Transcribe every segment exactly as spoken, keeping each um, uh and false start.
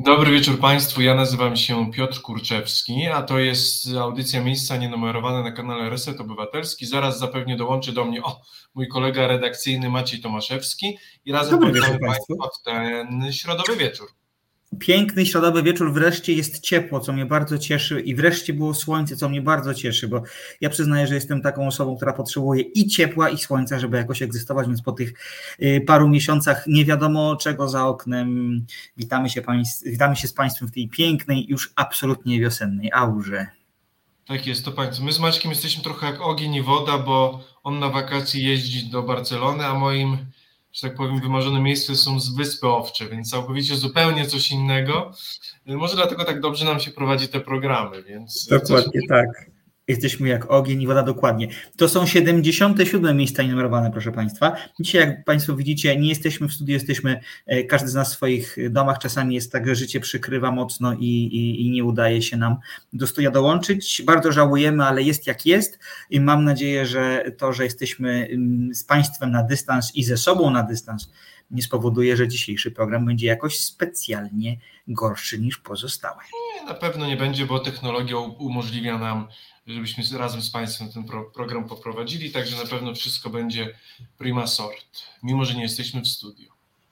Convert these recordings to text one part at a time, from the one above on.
Dobry wieczór Państwu, ja nazywam się Piotr Kurczewski, a to jest audycja Miejsca Nienumerowane na kanale Reset Obywatelski. Zaraz zapewnie dołączy do mnie o, mój kolega redakcyjny Maciej Tomaszewski i razem powitamy Państwa w ten środowy wieczór. Piękny środowy wieczór, wreszcie jest ciepło, co mnie bardzo cieszy i wreszcie było słońce, co mnie bardzo cieszy, bo ja przyznaję, że jestem taką osobą, która potrzebuje i ciepła, i słońca, żeby jakoś egzystować, więc po tych paru miesiącach nie wiadomo czego za oknem witamy się, państw, witamy się z Państwem w tej pięknej, już absolutnie wiosennej aurze. Tak jest, to Państwo. My z Maćkiem jesteśmy trochę jak ogień i woda, bo on na wakacje jeździ do Barcelony, a moim, że tak powiem, wymarzone miejsce są z Wyspy Owcze, więc całkowicie zupełnie coś innego. Może dlatego tak dobrze nam się prowadzi te programy. Więc dokładnie coś... tak. Jesteśmy jak ogień i woda, dokładnie. To są siedemdziesiąte siódme miejsca numerowane, proszę Państwa. Dzisiaj, jak Państwo widzicie, nie jesteśmy w studiu, jesteśmy każdy z nas w swoich domach. Czasami jest tak, że życie przykrywa mocno i, i, i nie udaje się nam do studia dołączyć. Bardzo żałujemy, ale jest jak jest i mam nadzieję, że to, że jesteśmy z Państwem na dystans i ze sobą na dystans, nie spowoduje, że dzisiejszy program będzie jakoś specjalnie gorszy niż pozostałe. Nie, na pewno nie będzie, bo technologia umożliwia nam, żebyśmy razem z Państwem ten pro, program poprowadzili, także na pewno wszystko będzie prima sort, mimo że nie jesteśmy w studiu.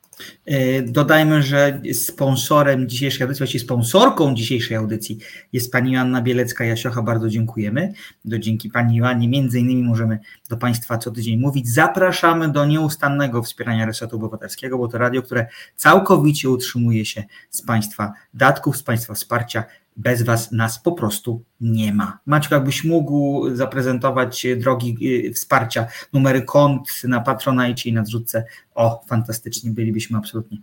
Dodajmy, że sponsorem dzisiejszej audycji, właściwie sponsorką dzisiejszej audycji jest pani Joanna Bielecka-Jasiocha, bardzo dziękujemy. Do dzięki pani Joannie między innymi możemy do Państwa co tydzień mówić. Zapraszamy do nieustannego wspierania Resetu Obywatelskiego, bo to radio, które całkowicie utrzymuje się z Państwa datków, z Państwa wsparcia. Bez Was nas po prostu nie ma. Maćku, jakbyś mógł zaprezentować drogi wsparcia, numery kont na Patronite i na zrzutce. O, fantastycznie, bylibyśmy absolutnie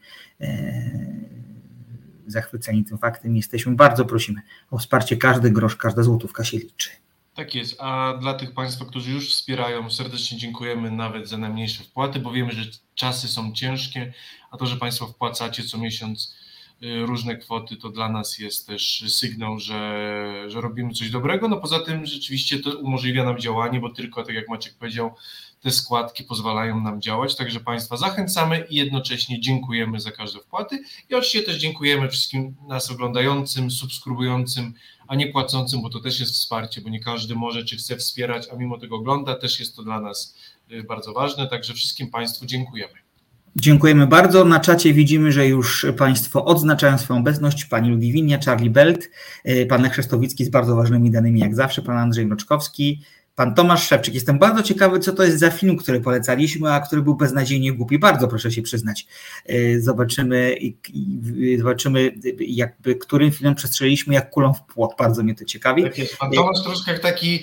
e, zachwyceni tym faktem. Jesteśmy, bardzo prosimy o wsparcie, każdy grosz, każda złotówka się liczy. Tak jest, a dla tych Państwa, którzy już wspierają, serdecznie dziękujemy nawet za najmniejsze wpłaty, bo wiemy, że czasy są ciężkie, a to, że Państwo wpłacacie co miesiąc różne kwoty, to dla nas jest też sygnał, że, że robimy coś dobrego. No poza tym rzeczywiście to umożliwia nam działanie, bo tylko, tak jak Maciek powiedział, te składki pozwalają nam działać, także Państwa zachęcamy i jednocześnie dziękujemy za każde wpłaty i oczywiście też dziękujemy wszystkim nas oglądającym, subskrybującym, a nie płacącym, bo to też jest wsparcie, bo nie każdy może czy chce wspierać, a mimo tego ogląda, też jest to dla nas bardzo ważne, także wszystkim Państwu dziękujemy. Dziękujemy bardzo. Na czacie widzimy, że już Państwo odznaczają swoją obecność. Pani Ludwinia, Charlie Belt, pan Lech Chrzestowicki z bardzo ważnymi danymi jak zawsze, pan Andrzej Mroczkowski, pan Tomasz Szewczyk. Jestem bardzo ciekawy, co to jest za film, który polecaliśmy, a który był beznadziejnie głupi. Bardzo proszę się przyznać. Zobaczymy, zobaczymy jakby którym filmem przestrzeliliśmy jak kulą w płot. Bardzo mnie to ciekawi. Tak jest. Pan Tomasz troszkę jak taki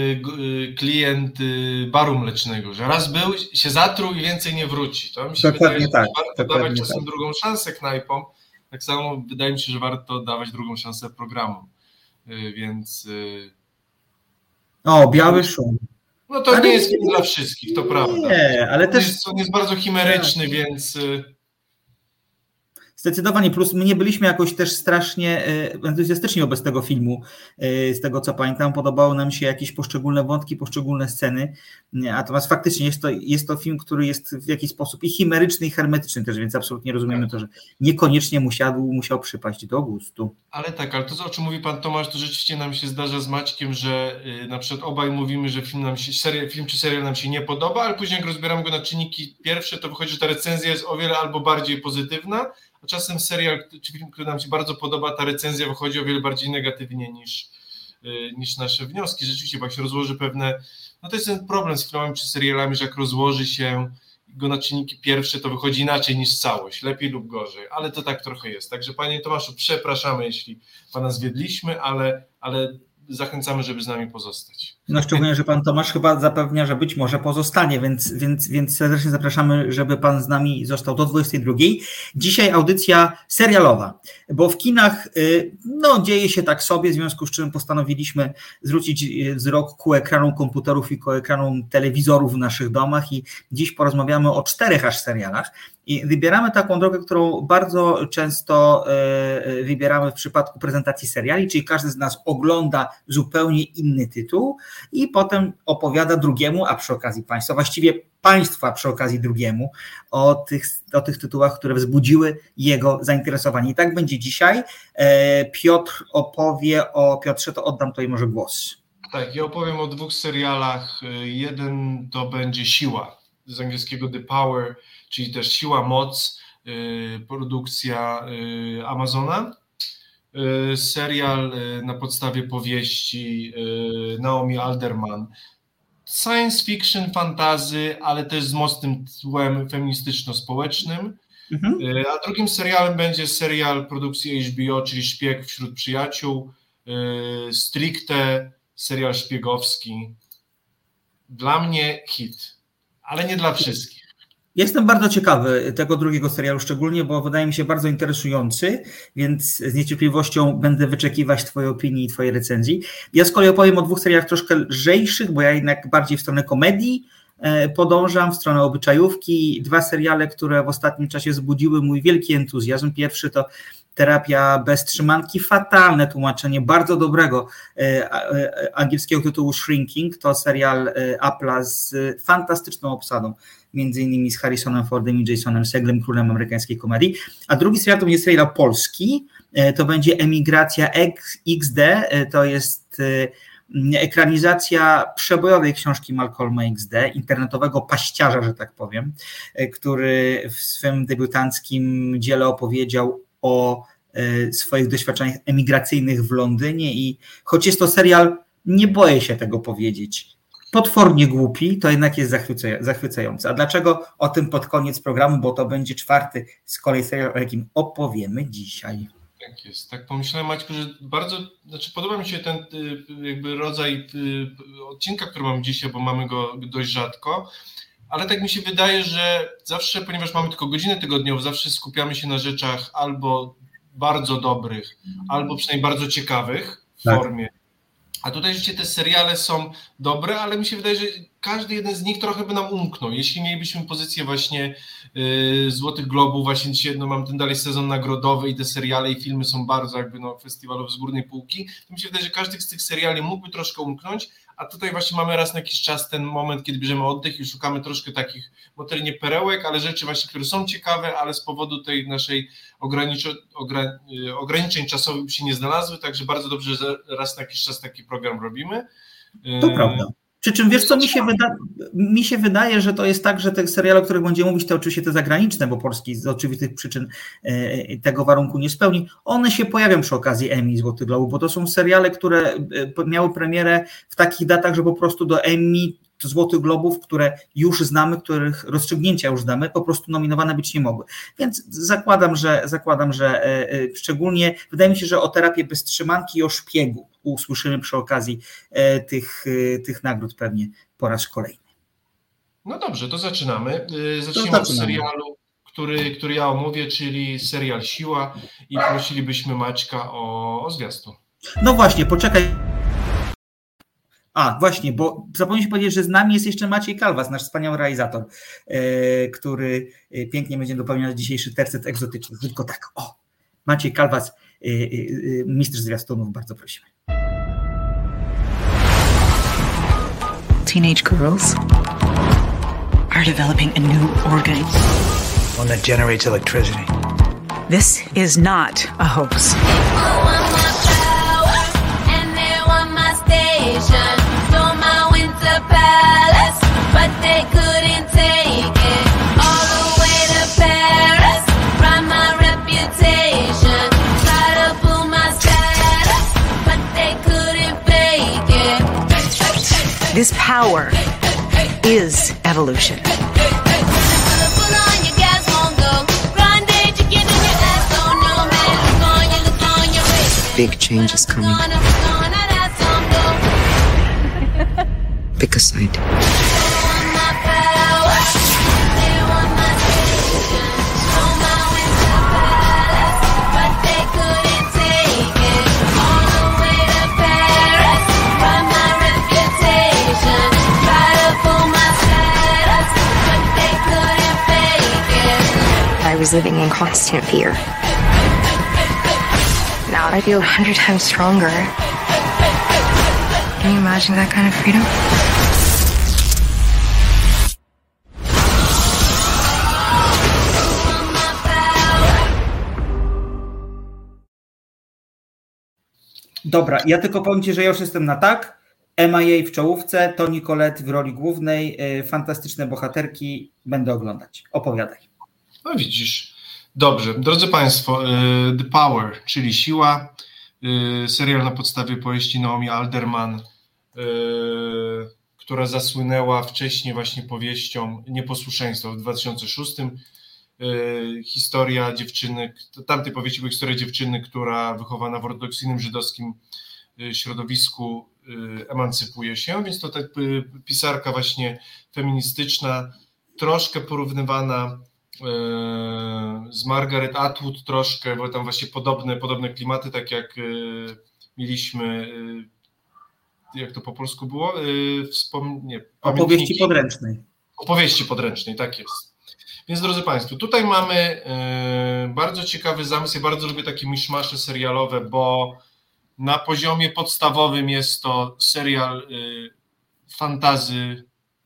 klient baru mlecznego, że raz był, się zatruł i więcej nie wróci. To mi się dokładnie wydaje, tak, że warto dokładnie dawać czasem tak. drugą szansę knajpom. Tak samo wydaje mi się, że warto dawać drugą szansę programom. Więc... O, Biały Szum. No to ale nie jest film dla wszystkich, to prawda. Nie, ale on też... Jest, on jest bardzo chimeryczny, tak. Więc... Zdecydowanie, plus my nie byliśmy jakoś też strasznie entuzjastyczni wobec tego filmu, z tego co pamiętam, podobały nam się jakieś poszczególne wątki, poszczególne sceny, natomiast faktycznie jest to, jest to film, który jest w jakiś sposób i chimeryczny, i hermetyczny też, więc absolutnie rozumiemy to, że niekoniecznie musiał, musiał przypaść do gustu. Ale tak, ale to o czym mówi pan Tomasz, to rzeczywiście nam się zdarza z Maćkiem, że na przykład obaj mówimy, że film, nam się, serial, film czy serial nam się nie podoba, ale później jak rozbieramy go na czynniki pierwsze, to wychodzi, że ta recenzja jest o wiele albo bardziej pozytywna, a czasem serial czy film, który nam się bardzo podoba, ta recenzja wychodzi o wiele bardziej negatywnie niż, niż nasze wnioski. Rzeczywiście, bo jak się rozłoży pewne... No to jest ten problem z filmami czy serialami, że jak rozłoży się go na czynniki pierwsze, to wychodzi inaczej niż całość, lepiej lub gorzej, ale to tak trochę jest. Także panie Tomaszu, przepraszamy, jeśli pana zwiedliśmy, ale, ale zachęcamy, żeby z nami pozostać. No szczególnie, że pan Tomasz chyba zapewnia, że być może pozostanie, więc, więc, więc serdecznie zapraszamy, żeby pan z nami został do dwudziestej drugiej. Dzisiaj audycja serialowa, bo w kinach no, dzieje się tak sobie, w związku z czym postanowiliśmy zwrócić wzrok ku ekranom komputerów i ku ekranom telewizorów w naszych domach i dziś porozmawiamy o czterech aż serialach. I wybieramy taką drogę, którą bardzo często wybieramy w przypadku prezentacji seriali, czyli każdy z nas ogląda zupełnie inny tytuł i potem opowiada drugiemu, a przy okazji państwa, właściwie państwa przy okazji drugiemu o tych, o tych tytułach, które wzbudziły jego zainteresowanie. I tak będzie dzisiaj. Piotr opowie o, Piotrze, to oddam tutaj może głos. Tak, ja opowiem o dwóch serialach. Jeden to będzie Siła, z angielskiego The Power, czyli też Siła, Moc, produkcja Amazona. Serial na podstawie powieści Naomi Alderman. Science fiction, fantasy, ale też z mocnym tłem feministyczno-społecznym. Mhm. A drugim serialem będzie serial produkcji H B O, czyli Szpieg wśród przyjaciół. Stricte serial szpiegowski. Dla mnie hit, ale nie dla wszystkich. Jestem bardzo ciekawy tego drugiego serialu szczególnie, bo wydaje mi się bardzo interesujący, więc z niecierpliwością będę wyczekiwać twojej opinii i twojej recenzji. Ja z kolei opowiem o dwóch serialach troszkę lżejszych, bo ja jednak bardziej w stronę komedii podążam, w stronę obyczajówki. Dwa seriale, które w ostatnim czasie wzbudziły mój wielki entuzjazm. Pierwszy to Terapia bez trzymanki, fatalne tłumaczenie bardzo dobrego angielskiego tytułu Shrinking, to serial Apple'a z fantastyczną obsadą, między innymi z Harrisonem Fordem i Jasonem Seglem, królem amerykańskiej komedii, a drugi serial to będzie serial polski, to będzie Emigracja X D, to jest ekranizacja przebojowej książki Malcolma X D, internetowego paściarza, że tak powiem, który w swym debiutanckim dziele opowiedział o swoich doświadczeniach emigracyjnych w Londynie i choć jest to serial, nie boję się tego powiedzieć, potwornie głupi, to jednak jest zachwycający. A dlaczego? O tym pod koniec programu, bo to będzie czwarty z kolei serial, o jakim opowiemy dzisiaj. Tak jest, tak pomyślałem, Maćku, że bardzo, znaczy podoba mi się ten jakby rodzaj odcinka, który mamy dzisiaj, bo mamy go dość rzadko, ale tak mi się wydaje, że zawsze, ponieważ mamy tylko godzinę tygodniową, zawsze skupiamy się na rzeczach albo bardzo dobrych, albo przynajmniej bardzo ciekawych w tak. formie. A tutaj rzeczywiście te seriale są dobre, ale mi się wydaje, że każdy jeden z nich trochę by nam umknął. Jeśli mielibyśmy pozycję właśnie y, Złotych Globów, właśnie dzisiaj no, mam ten dalej sezon nagrodowy i te seriale i filmy są bardzo jakby no, festiwalowe z górnej półki, to mi się wydaje, że każdy z tych seriali mógłby troszkę umknąć, a tutaj właśnie mamy raz na jakiś czas ten moment, kiedy bierzemy oddech i szukamy troszkę takich, może nie perełek, ale rzeczy właśnie, które są ciekawe, ale z powodu tej naszej ograniczo- ogra- ograniczeń czasowych by się nie znalazły, także bardzo dobrze, że raz na jakiś czas taki program robimy. To y- prawda. Przy czym wiesz co, mi się, wyda- mi się wydaje, że to jest tak, że te seriale, o których będziemy mówić, to oczywiście te zagraniczne, bo polski z oczywistych przyczyn e, tego warunku nie spełni, one się pojawią przy okazji Emmy i Złotych Globów, bo to są seriale, które miały premierę w takich datach, że po prostu do Emmy, Złotych Globów, które już znamy, których rozstrzygnięcia już znamy, po prostu nominowane być nie mogły. Więc zakładam, że zakładam, że e, szczególnie, wydaje mi się, że o Terapię bez trzymanki i o Szpiegu usłyszymy przy okazji e, tych, e, tych nagród pewnie po raz kolejny. No dobrze, to zaczynamy. Zacznijmy od serialu, który, który ja omówię, czyli serial Siła i prosilibyśmy Maćka o, o zwiastun. No właśnie, poczekaj. A, właśnie, bo zapomnieliśmy powiedzieć, że z nami jest jeszcze Maciej Kalwas, nasz wspaniały realizator, e, który pięknie będzie dopełniał dzisiejszy tercet egzotyczny. Tylko tak, o, Maciej Kalwas, e, e, mistrz zwiastunów, bardzo prosimy. Teenage girls are developing a new organ. One that generates electricity. This is not a hoax. This power is evolution. Big change is coming. Pick a side. I was living in constant fear. Now I feel a hundred times stronger. Can you imagine that kind of freedom? Dobra, ja tylko powiem Ci, że ja już jestem na tak. M I A w czołówce, Toni Collette w roli głównej, yy, fantastyczne bohaterki, będę oglądać. Opowiadaj. No widzisz. Dobrze, drodzy Państwo, yy, The Power, czyli Siła, yy, serial na podstawie powieści Naomi Alderman, yy, która zasłynęła wcześniej właśnie powieścią Nieposłuszeństwo w dwa tysiące szóstym. Yy, historia dziewczyny, tamtej powieści była historia dziewczyny, która wychowana w ortodoksyjnym żydowskim yy, środowisku yy, emancypuje się, więc to tak yy, pisarka właśnie feministyczna, troszkę porównywana yy, z Margaret Atwood, troszkę, bo tam właśnie podobne, podobne klimaty, tak jak yy, mieliśmy, yy, jak to po polsku było? Yy, wspom- nie, Opowieści podręcznej. Opowieści podręcznej, tak jest. Więc drodzy Państwo, tutaj mamy y, bardzo ciekawy zamysł. Ja bardzo lubię takie miszmasze serialowe, bo na poziomie podstawowym jest to serial y, fantasy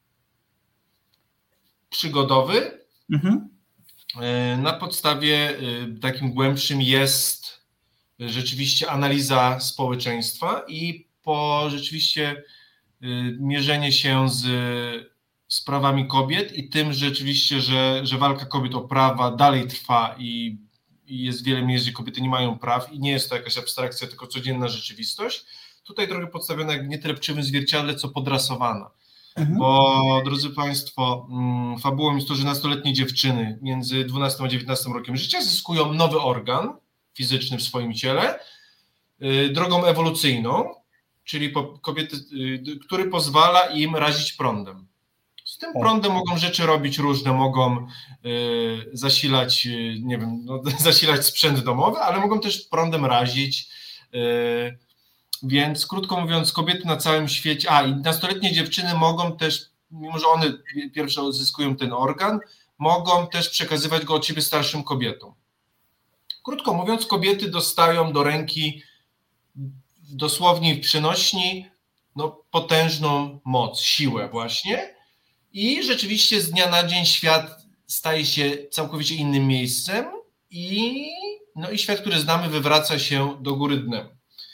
przygodowy. Mhm. Y, na podstawie y, takim głębszym jest y, rzeczywiście analiza społeczeństwa i po rzeczywiście y, mierzenie się z sprawami kobiet i tym rzeczywiście, że, że walka kobiet o prawa dalej trwa i, i jest wiele miejsc, gdzie kobiety nie mają praw i nie jest to jakaś abstrakcja, tylko codzienna rzeczywistość. Tutaj trochę przedstawiona jak nie tyle w krzywym zwierciadle, co podrasowana. Mhm. Bo, drodzy Państwo, mm, fabułą jest to, że nastoletnie dziewczyny między dwunastym a dziewiętnastym rokiem życia zyskują nowy organ fizyczny w swoim ciele yy, drogą ewolucyjną, czyli po, kobiety, yy, który pozwala im razić prądem. Z tym prądem mogą rzeczy robić różne, mogą y, zasilać, y, nie wiem, no, zasilać sprzęt domowy, ale mogą też prądem razić, y, więc krótko mówiąc, kobiety na całym świecie, a i nastoletnie dziewczyny mogą też, mimo że one pierwsze uzyskują ten organ, mogą też przekazywać go od siebie starszym kobietom. Krótko mówiąc, kobiety dostają do ręki dosłownie w przenośni no, potężną moc, siłę właśnie. I rzeczywiście z dnia na dzień świat staje się całkowicie innym miejscem i, no i świat, który znamy, wywraca się do góry dnem.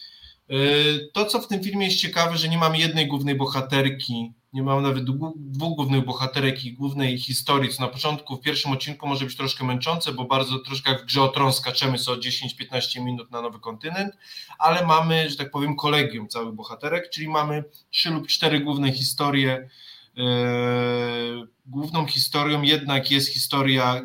To, co w tym filmie jest ciekawe, że nie mamy jednej głównej bohaterki, nie mamy nawet dwóch głównych bohaterek i głównej historii, co na początku w pierwszym odcinku może być troszkę męczące, bo bardzo troszkę jak w Grze o Tron skaczemy co dziesięć piętnaście minut na nowy kontynent, ale mamy, że tak powiem, kolegium całych bohaterek, czyli mamy trzy lub cztery główne historie. Yy, główną historią jednak jest historia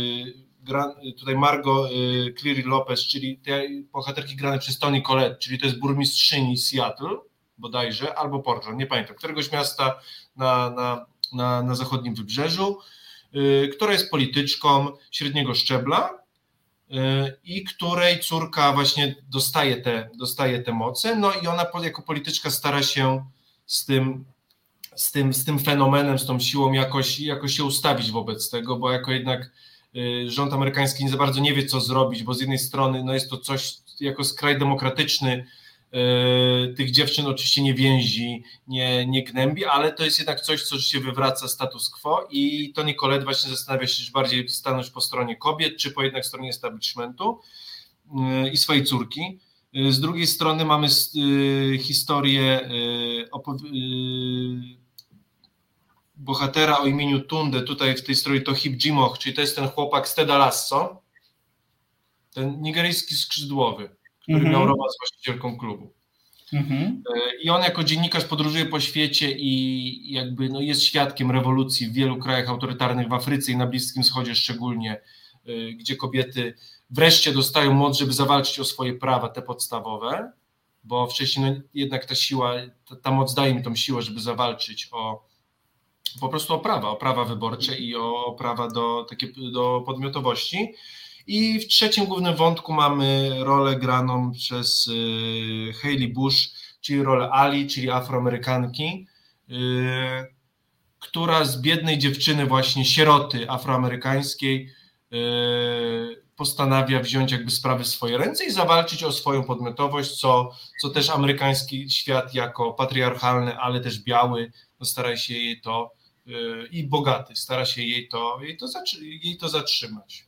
yy, tutaj Margot yy, Cleary Lopez, czyli te bohaterki grane przez Toni Collette, czyli to jest burmistrzyni Seattle bodajże, albo Portland, nie pamiętam, któregoś miasta na, na, na, na zachodnim wybrzeżu, yy, która jest polityczką średniego szczebla yy, i której córka właśnie dostaje te, dostaje te moce, no i ona jako polityczka stara się z tym Z tym, z tym fenomenem, z tą siłą jakoś, jakoś się ustawić wobec tego, bo jako jednak y, rząd amerykański nie za bardzo nie wie, co zrobić, bo z jednej strony no jest to coś, jako kraj demokratyczny y, tych dziewczyn oczywiście nie więzi, nie, nie gnębi, ale to jest jednak coś, co się wywraca status quo i Toni Collette właśnie zastanawia się, czy bardziej stanąć po stronie kobiet, czy po jednak stronie establishmentu y, i swojej córki. Y, z drugiej strony mamy y, historię y, opow- y, bohatera o imieniu Tunde, tutaj w tej historii to Hip Jimoh, czyli to jest ten chłopak z Teda Lasso, ten nigeryjski skrzydłowy, który mm-hmm. miał romans z właścicielką klubu. Mm-hmm. I on jako dziennikarz podróżuje po świecie i jakby no jest świadkiem rewolucji w wielu krajach autorytarnych w Afryce i na Bliskim Wschodzie szczególnie, gdzie kobiety wreszcie dostają moc, żeby zawalczyć o swoje prawa, te podstawowe, bo wcześniej no jednak ta siła, ta, ta moc daje mi tą siłę, żeby zawalczyć o po prostu o prawa, o prawa wyborcze i o prawa do, takie, do podmiotowości. I w trzecim głównym wątku mamy rolę graną przez y, Hailey Bush, czyli rolę Ali, czyli Afroamerykanki, y, która z biednej dziewczyny właśnie sieroty afroamerykańskiej y, postanawia wziąć jakby sprawy w swoje ręce i zawalczyć o swoją podmiotowość, co, co też amerykański świat jako patriarchalny, ale też biały, no stara się jej to yy, i bogaty, stara się jej to, jej to, zatrzy- jej to zatrzymać.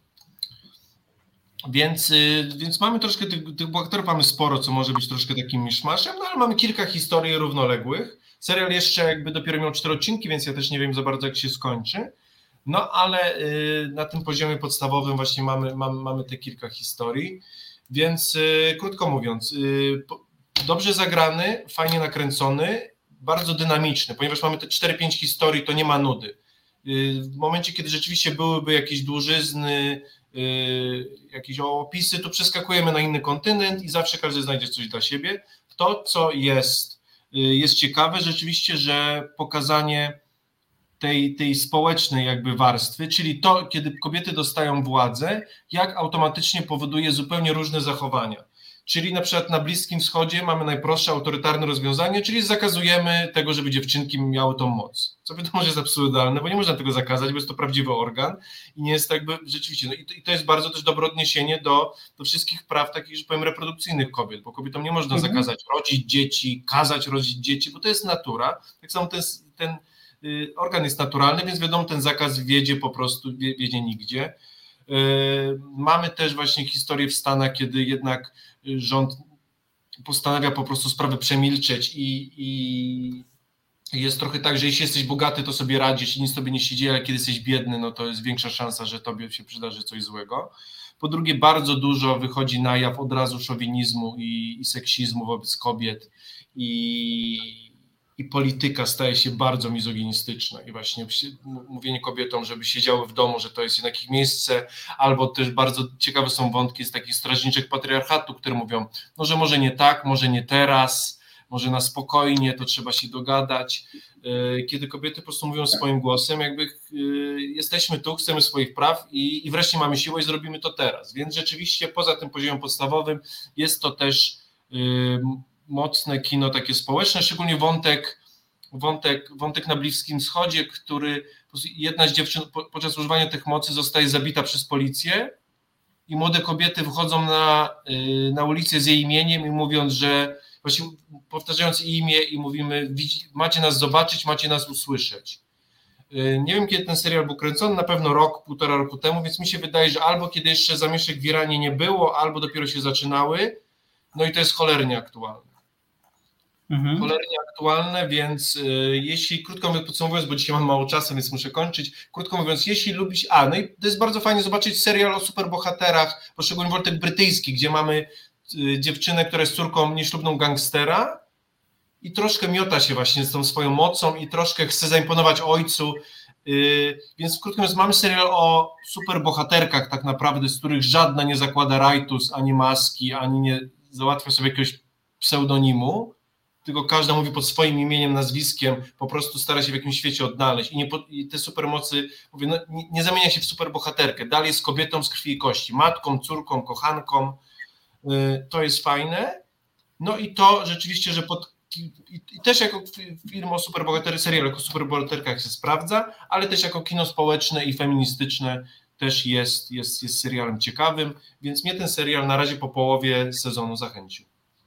Więc, yy, więc mamy troszkę tych, tych bohaterów, mamy sporo, co może być troszkę takim miszmaszem, no ale mamy kilka historii równoległych. Serial jeszcze jakby dopiero miał cztery odcinki, więc ja też nie wiem za bardzo, jak się skończy. No ale y, na tym poziomie podstawowym właśnie mamy, mamy, mamy te kilka historii, więc y, krótko mówiąc, y, po, dobrze zagrany, fajnie nakręcony, bardzo dynamiczny, ponieważ mamy te cztery pięć historii, to nie ma nudy. Y, w momencie, kiedy rzeczywiście byłyby jakieś dłużyzny, y, jakieś opisy, to przeskakujemy na inny kontynent i zawsze każdy znajdzie coś dla siebie. To, co jest, y, jest ciekawe rzeczywiście, że pokazanie tej, tej społecznej jakby warstwy, czyli to, kiedy kobiety dostają władzę, jak automatycznie powoduje zupełnie różne zachowania. Czyli na przykład na Bliskim Wschodzie mamy najprostsze autorytarne rozwiązanie, czyli zakazujemy tego, żeby dziewczynki miały tą moc. Co wiadomo, że jest absurdalne, bo nie można tego zakazać, bo jest to prawdziwy organ i nie jest tak jakby rzeczywiście. No i, to, i to jest bardzo też dobre odniesienie do, do wszystkich praw takich, że powiem, reprodukcyjnych kobiet, bo kobietom nie można mhm. zakazać rodzić dzieci, kazać rodzić dzieci, bo to jest natura. Tak samo ten, ten organ jest naturalny, więc wiadomo, ten zakaz wiedzie po prostu, wiedzie nigdzie. Mamy też właśnie historię w Stanach, kiedy jednak rząd postanawia po prostu sprawę przemilczeć i, i jest trochę tak, że jeśli jesteś bogaty, to sobie radzisz i nic tobie nie się dzieje, ale kiedy jesteś biedny, no to jest większa szansa, że tobie się przydarzy coś złego. Po drugie, bardzo dużo wychodzi na jaw od razu szowinizmu i, i seksizmu wobec kobiet i i polityka staje się bardzo mizoginistyczna i właśnie mówienie kobietom, żeby siedziały w domu, że to jest jednak ich miejsce, albo też bardzo ciekawe są wątki z takich strażniczek patriarchatu, które mówią, no że może nie tak, może nie teraz, może na spokojnie, to trzeba się dogadać. Kiedy kobiety po prostu mówią swoim głosem, jakby jesteśmy tu, chcemy swoich praw i, i wreszcie mamy siłę i zrobimy to teraz. Więc rzeczywiście poza tym poziomem podstawowym jest to też mocne kino takie społeczne, szczególnie wątek, wątek, wątek na Bliskim Wschodzie, który jedna z dziewczyn podczas używania tych mocy zostaje zabita przez policję i młode kobiety wychodzą na, na ulicę z jej imieniem i mówiąc, że właśnie powtarzając imię i mówimy, macie nas zobaczyć, macie nas usłyszeć. Nie wiem, kiedy ten serial był kręcony, na pewno rok, półtora roku temu, więc mi się wydaje, że albo kiedy jeszcze zamieszek w Iranie nie było, albo dopiero się zaczynały, no i to jest cholernie aktualne. Mhm. Cholernie aktualne, więc y, jeśli, krótko mówiąc, podsumowując, bo dzisiaj mam mało czasu, więc muszę kończyć, krótko mówiąc, jeśli lubisz, a no i to jest bardzo fajnie zobaczyć serial o superbohaterach, poszczególnie wątek brytyjski, gdzie mamy y, dziewczynę, która jest córką nieślubną gangstera i troszkę miota się właśnie z tą swoją mocą i troszkę chce zaimponować ojcu, y, więc krótko mówiąc, mamy serial o superbohaterkach tak naprawdę, z których żadna nie zakłada rajtus, ani maski, ani nie załatwia sobie jakiegoś pseudonimu, tylko każda mówi pod swoim imieniem, nazwiskiem, po prostu stara się w jakimś świecie odnaleźć i, nie, i te supermocy, mówię, no, nie, nie zamienia się w superbohaterkę, dalej jest kobietą z krwi i kości, matką, córką, kochanką, yy, to jest fajne, no i to rzeczywiście, że pod, i, i też jako film o superbohatery, serial jako superbohaterkach się sprawdza, ale też jako kino społeczne i feministyczne też jest, jest, jest serialem ciekawym, więc mnie ten serial na razie po połowie sezonu zachęcił.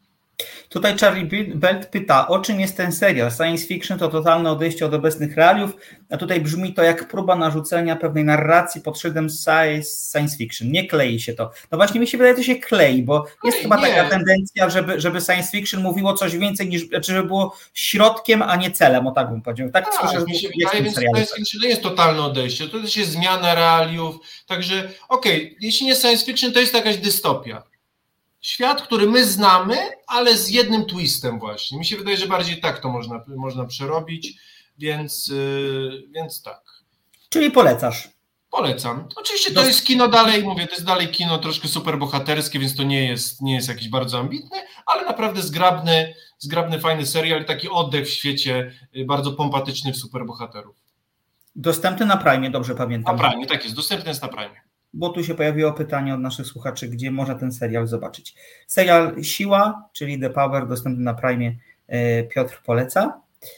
Tutaj Charlie Belt pyta, o czym jest ten serial? Science fiction to totalne odejście od obecnych realiów, a tutaj brzmi to jak próba narzucenia pewnej narracji pod szyldem science fiction. Nie klei się to. No właśnie mi się wydaje, że to się klei, bo jest Ej, chyba nie. taka tendencja, żeby, żeby science fiction mówiło coś więcej niż, żeby było środkiem, a nie celem, o tak bym powiedział. Tak, tak słyszę, mi się wydaje, więc science fiction to jest totalne odejście, to też jest zmiana realiów, także okej, okay, jeśli nie science fiction, to jest jakaś dystopia. Świat, który my znamy, ale z jednym twistem właśnie. Mi się wydaje, że bardziej tak to można, można przerobić, więc, yy, więc tak. Czyli polecasz? Polecam. Oczywiście to jest kino dalej, mówię, to jest dalej kino troszkę superbohaterskie, więc to nie jest, nie jest jakiś bardzo ambitny, ale naprawdę zgrabny, zgrabny, fajny serial i taki oddech w świecie bardzo pompatycznych superbohaterów. Dostępny na Prime, dobrze pamiętam. Na Prime, tak jest, dostępny jest na Prime. Bo tu się pojawiło pytanie od naszych słuchaczy, gdzie można ten serial zobaczyć. Serial Siła, czyli The Power, dostępny na Prime, Piotr poleca.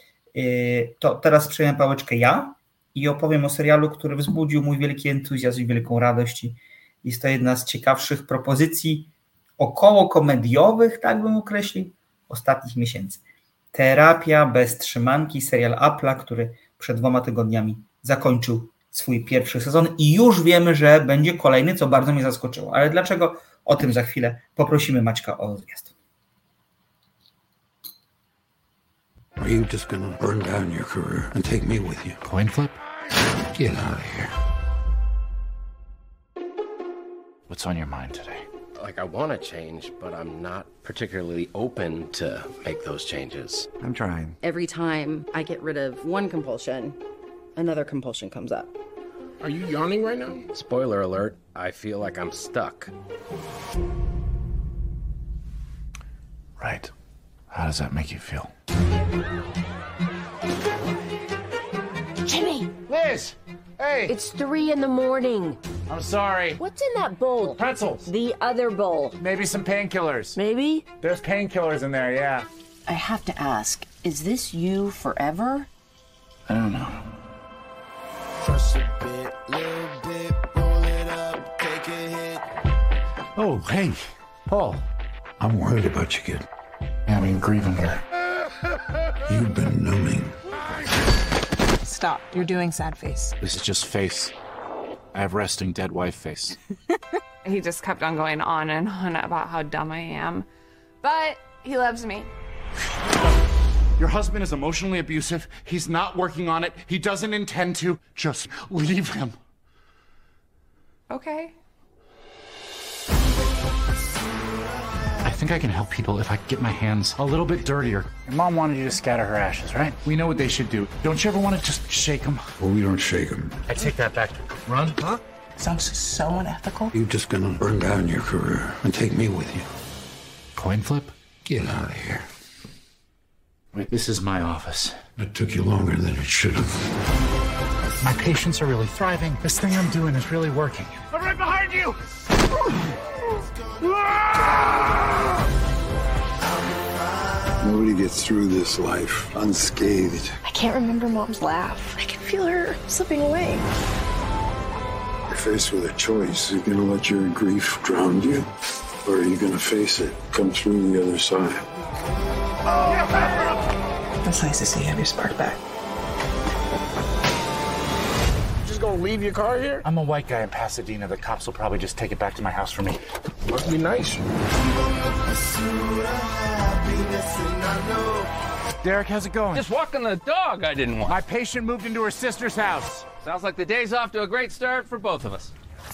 To teraz przejmę pałeczkę ja i opowiem o serialu, który wzbudził mój wielki entuzjazm i wielką radość i Jest to jedna z ciekawszych propozycji około komediowych, tak bym określił, ostatnich miesięcy. Terapia bez trzymanki, serial Apple'a, który przed dwoma tygodniami zakończył swój pierwszy sezon i już wiemy, że będzie kolejny, co bardzo mnie zaskoczyło. Ale dlaczego? O tym za chwilę. Poprosimy Maćka o zwiastun. Are you just gonna burn down your career and take me with you? Coin flip? Get out of here. What's on your mind today? Like, I want to change, but I'm not particularly open to make those changes. I'm trying. Every time I get rid of one compulsion, another compulsion comes up. Are you yawning right now? Spoiler alert, I feel like I'm stuck. Right. How does that make you feel? Jimmy! Liz! Hey! It's three in the morning. I'm sorry. What's in that bowl? Pretzels. The other bowl. Maybe some painkillers. Maybe? There's painkillers in there, yeah. I have to ask, is this you forever? I don't know. Oh, hey, Paul. I'm worried about you, kid. Yeah, I've been grieving here. You've been numbing. Stop. You're doing sad face. This is just face. I have resting dead wife face. He just kept on going on and on about how dumb I am. But he loves me. Your husband is emotionally abusive. He's not working on it. He doesn't intend to. Just leave him. Okay. I think I can help people if I get my hands a little bit dirtier. Your mom wanted you to scatter her ashes, right? We know what they should do. Don't you ever want to just shake them? Well, we don't shake them. I take that back. Run? Huh? Sounds so unethical. You're just gonna burn down your career and take me with you. Coin flip? Get out of here. Wait, this is my office. It took you longer than it should have. My patients are really thriving. This thing I'm doing is really working. I'm right behind you! Nobody gets through this life unscathed. I can't remember Mom's laugh. I can feel her slipping away. You're faced with a choice. Are you gonna let your grief drown you? Or are you gonna face it, come through the other side? It's nice to see you have your spark back. Just gonna leave your car here? I'm a white guy in Pasadena. The cops will probably just take it back to my house for me. Must be nice. Derek, how's it going? Just walking the dog I didn't want. My patient moved into her sister's house. Sounds like the day's off to a great start for both of us.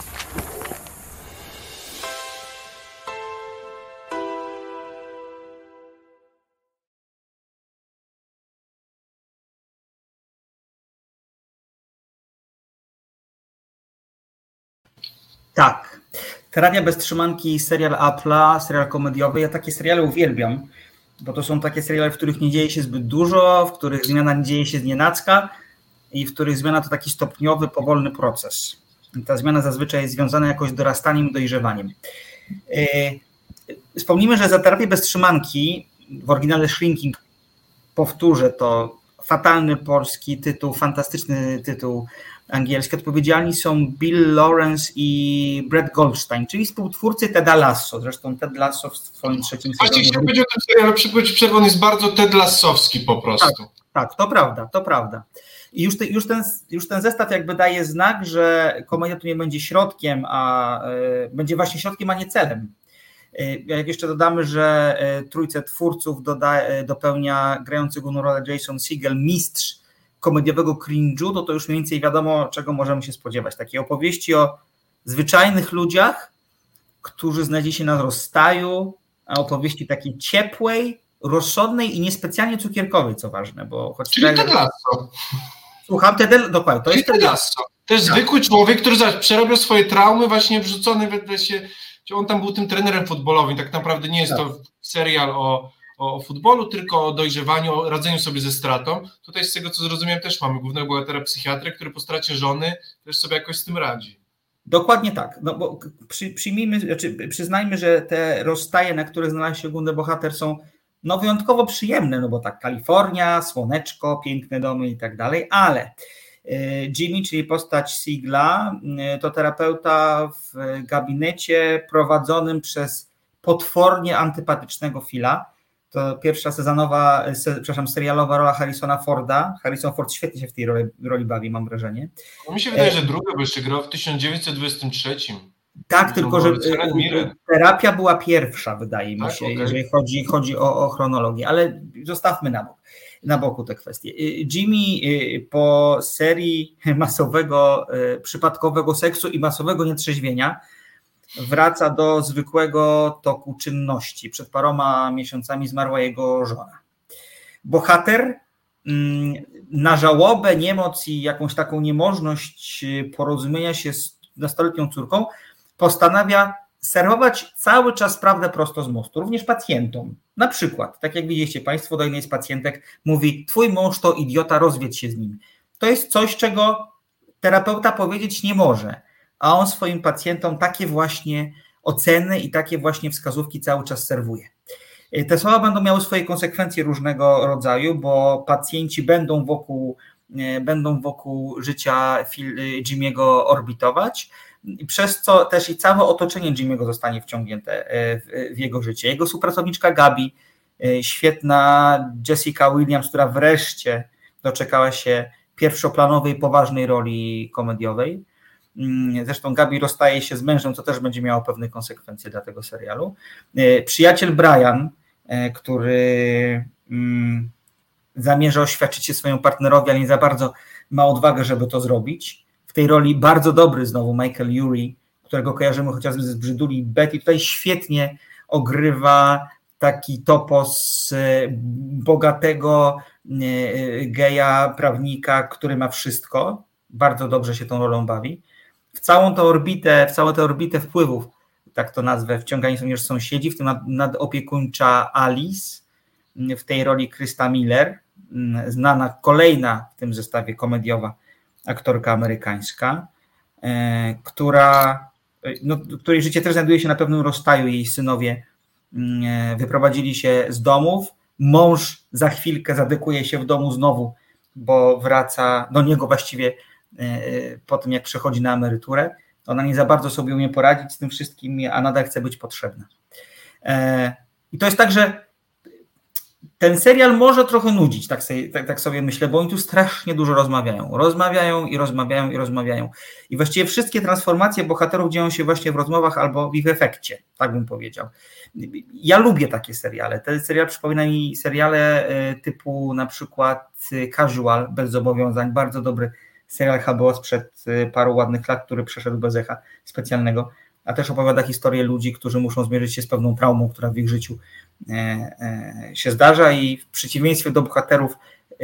Tak. Terapia bez trzymanki, serial Apple'a, serial komediowy. Ja takie seriale uwielbiam, bo to są takie seriale, w których nie dzieje się zbyt dużo, w których zmiana nie dzieje się znienacka i w których zmiana to taki stopniowy, powolny proces. I ta zmiana zazwyczaj jest związana jakoś z dorastaniem i dojrzewaniem. Wspomnijmy, że za terapię bez trzymanki w oryginale Shrinking, powtórzę to, fatalny polski tytuł, fantastyczny tytuł angielski, odpowiedzialni są Bill Lawrence i Brett Goldstein, czyli współtwórcy Teda Lasso. Zresztą Ted Lasso w swoim trzecim sezonie... Właśnie chciałem powiedzieć o tym serialu, przypłyć przerwą jest bardzo Ted Lassowski po prostu. Tak, tak, to prawda, to prawda. I już, te, już, ten, już ten zestaw jakby daje znak, że komedia tu nie będzie środkiem, a y, będzie właśnie środkiem, a nie celem. Y, jak jeszcze dodamy, że y, trójce twórców doda, y, dopełnia grający główną rolę Jason Segel, mistrz komediowego cringe'u, to to już mniej więcej wiadomo, czego możemy się spodziewać. Takiej opowieści o zwyczajnych ludziach, którzy znajdzie się na rozstaju, a opowieści takiej ciepłej, rozsądnej i niespecjalnie cukierkowej, co ważne, bo choć... Czyli Ted Lasso. Słucham, Ted, dokładnie, to jest Ted Lasso. To jest zwykły człowiek, który przerobił swoje traumy, właśnie wrzucony we się, on tam był tym trenerem futbolowym, tak naprawdę nie jest tak. to serial o, o futbolu, tylko o dojrzewaniu, o radzeniu sobie ze stratą. Tutaj z tego, co zrozumiałem, też mamy głównego bohatera psychiatrę, który po stracie żony też sobie jakoś z tym radzi. Dokładnie tak, no bo przy, przyjmijmy, znaczy przyznajmy, że te rozstaje, na których znalazł się główny bohater, są no wyjątkowo przyjemne, no bo tak, Kalifornia, słoneczko, piękne domy i tak dalej, ale Jimmy, czyli postać Sigla, to terapeuta w gabinecie prowadzonym przez potwornie antypatycznego Phila. To pierwsza sezonowa, se, przepraszam, serialowa rola Harrisona Forda. Harrison Ford świetnie się w tej roli, roli bawi, mam wrażenie. No mi się wydaje, że druga, bo jeszcze grał w tysiąc dziewięćset dwudziestym trzecim. Tak, tylko że terapia była pierwsza, wydaje mi tak, się, okay. jeżeli chodzi, chodzi o, o chronologię, ale zostawmy na bok, na boku te kwestie. Jimmy po serii masowego, przypadkowego seksu i masowego nietrzeźwienia wraca do zwykłego toku czynności. Przed paroma miesiącami zmarła jego żona. Bohater na żałobę, niemoc i jakąś taką niemożność porozumienia się z nastoletnią córką postanawia serwować cały czas prawdę prosto z mostu, również pacjentom. Na przykład, tak jak widzieliście Państwo, do jednej z pacjentek mówi: twój mąż to idiota, rozwiedź się z nim. To jest coś, czego terapeuta powiedzieć nie może, a on swoim pacjentom takie właśnie oceny i takie właśnie wskazówki cały czas serwuje. Te słowa będą miały swoje konsekwencje różnego rodzaju, bo pacjenci będą wokół, będą wokół życia Jimmy'ego orbitować, przez co też i całe otoczenie Jimmy'ego zostanie wciągnięte w jego życie. Jego współpracowniczka Gabi, świetna Jessica Williams, która wreszcie doczekała się pierwszoplanowej, poważnej roli komediowej. Zresztą Gabi rozstaje się z mężem, co też będzie miało pewne konsekwencje dla tego serialu. Przyjaciel Brian, który zamierza oświadczyć się swojemu partnerowi, ale nie za bardzo ma odwagę, żeby to zrobić. W tej roli bardzo dobry znowu Michael Urie, którego kojarzymy chociażby z Brzyduli i Betty. Tutaj świetnie ogrywa taki topos bogatego geja, prawnika, który ma wszystko. Bardzo dobrze się tą rolą bawi. W całą tę orbitę, w całą tę orbitę wpływów, tak to nazwę, wciągani są już sąsiedzi, w tym nad, nadopiekuńcza Alice, w tej roli Krista Miller, znana kolejna w tym zestawie komediowa aktorka amerykańska, e, która, no, której życie też znajduje się na pewnym rozstaju. Jej synowie e, wyprowadzili się z domów, mąż za chwilkę zadekuje się w domu znowu, bo wraca do niego właściwie e, po tym, jak przechodzi na emeryturę. Ona nie za bardzo sobie umie poradzić z tym wszystkim, a nadal chce być potrzebna. E, I to jest tak, że ten serial może trochę nudzić, tak sobie, tak, tak sobie myślę, bo oni tu strasznie dużo rozmawiają. Rozmawiają i rozmawiają i rozmawiają. I właściwie wszystkie transformacje bohaterów dzieją się właśnie w rozmowach albo w ich efekcie, tak bym powiedział. Ja lubię takie seriale. Ten serial przypomina mi seriale typu na przykład Casual, bez zobowiązań, bardzo dobry serial H B O sprzed paru ładnych lat, który przeszedł bez echa specjalnego, a też opowiada historię ludzi, którzy muszą zmierzyć się z pewną traumą, która w ich życiu się zdarza, i w przeciwieństwie do bohaterów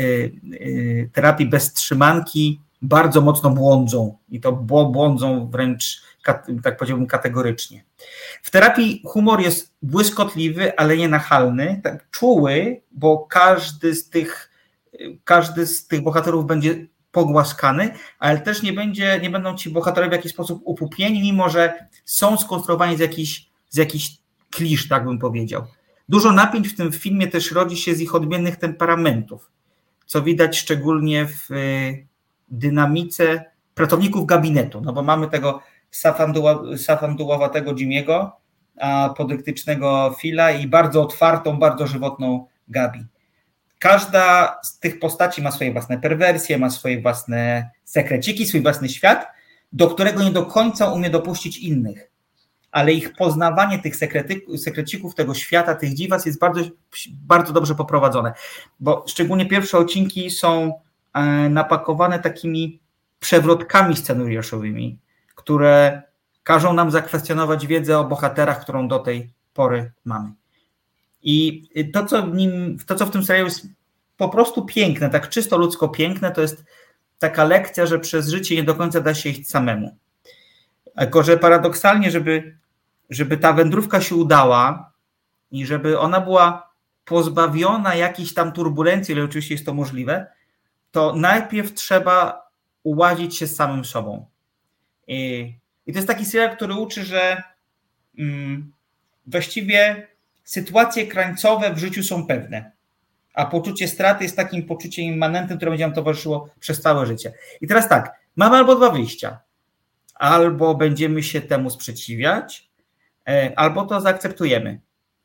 terapii bez trzymanki bardzo mocno błądzą i to błądzą wręcz, tak powiedziałbym, kategorycznie. W terapii humor jest błyskotliwy, ale nie nachalny, tak czuły, bo każdy z tych, każdy z tych bohaterów będzie pogłaskany, ale też nie, będzie, nie będą ci bohaterowie w jakiś sposób upupieni, mimo że są skonstruowani z jakichś, z jakichś klisz, tak bym powiedział. Dużo napięć w tym filmie też rodzi się z ich odmiennych temperamentów, co widać szczególnie w dynamice pracowników gabinetu, no bo mamy tego safandułowatego Jimmy'ego, a podyktycznego Phila i bardzo otwartą, bardzo żywotną Gabi. Każda z tych postaci ma swoje własne perwersje, ma swoje własne sekreciki, swój własny świat, do którego nie do końca umie dopuścić innych. Ale ich poznawanie tych sekrety, sekrecików tego świata, tych dziwac jest bardzo, bardzo dobrze poprowadzone. Bo szczególnie pierwsze odcinki są napakowane takimi przewrotkami scenariuszowymi, które każą nam zakwestionować wiedzę o bohaterach, którą do tej pory mamy. I to, co w nim, to, co w tym serialu jest po prostu piękne, tak czysto ludzko piękne, to jest taka lekcja, że przez życie nie do końca da się iść samemu. Tylko że paradoksalnie, żeby, żeby ta wędrówka się udała i żeby ona była pozbawiona jakichś tam turbulencji, ale oczywiście jest to możliwe, to najpierw trzeba uładzić się z samym sobą. I, i to jest taki serial, który uczy, że mm, właściwie sytuacje krańcowe w życiu są pewne, A poczucie straty jest takim poczuciem immanentnym, które będzie nam towarzyszyło przez całe życie. I teraz tak, mamy albo dwa wyjścia. Albo będziemy się temu sprzeciwiać, albo to zaakceptujemy.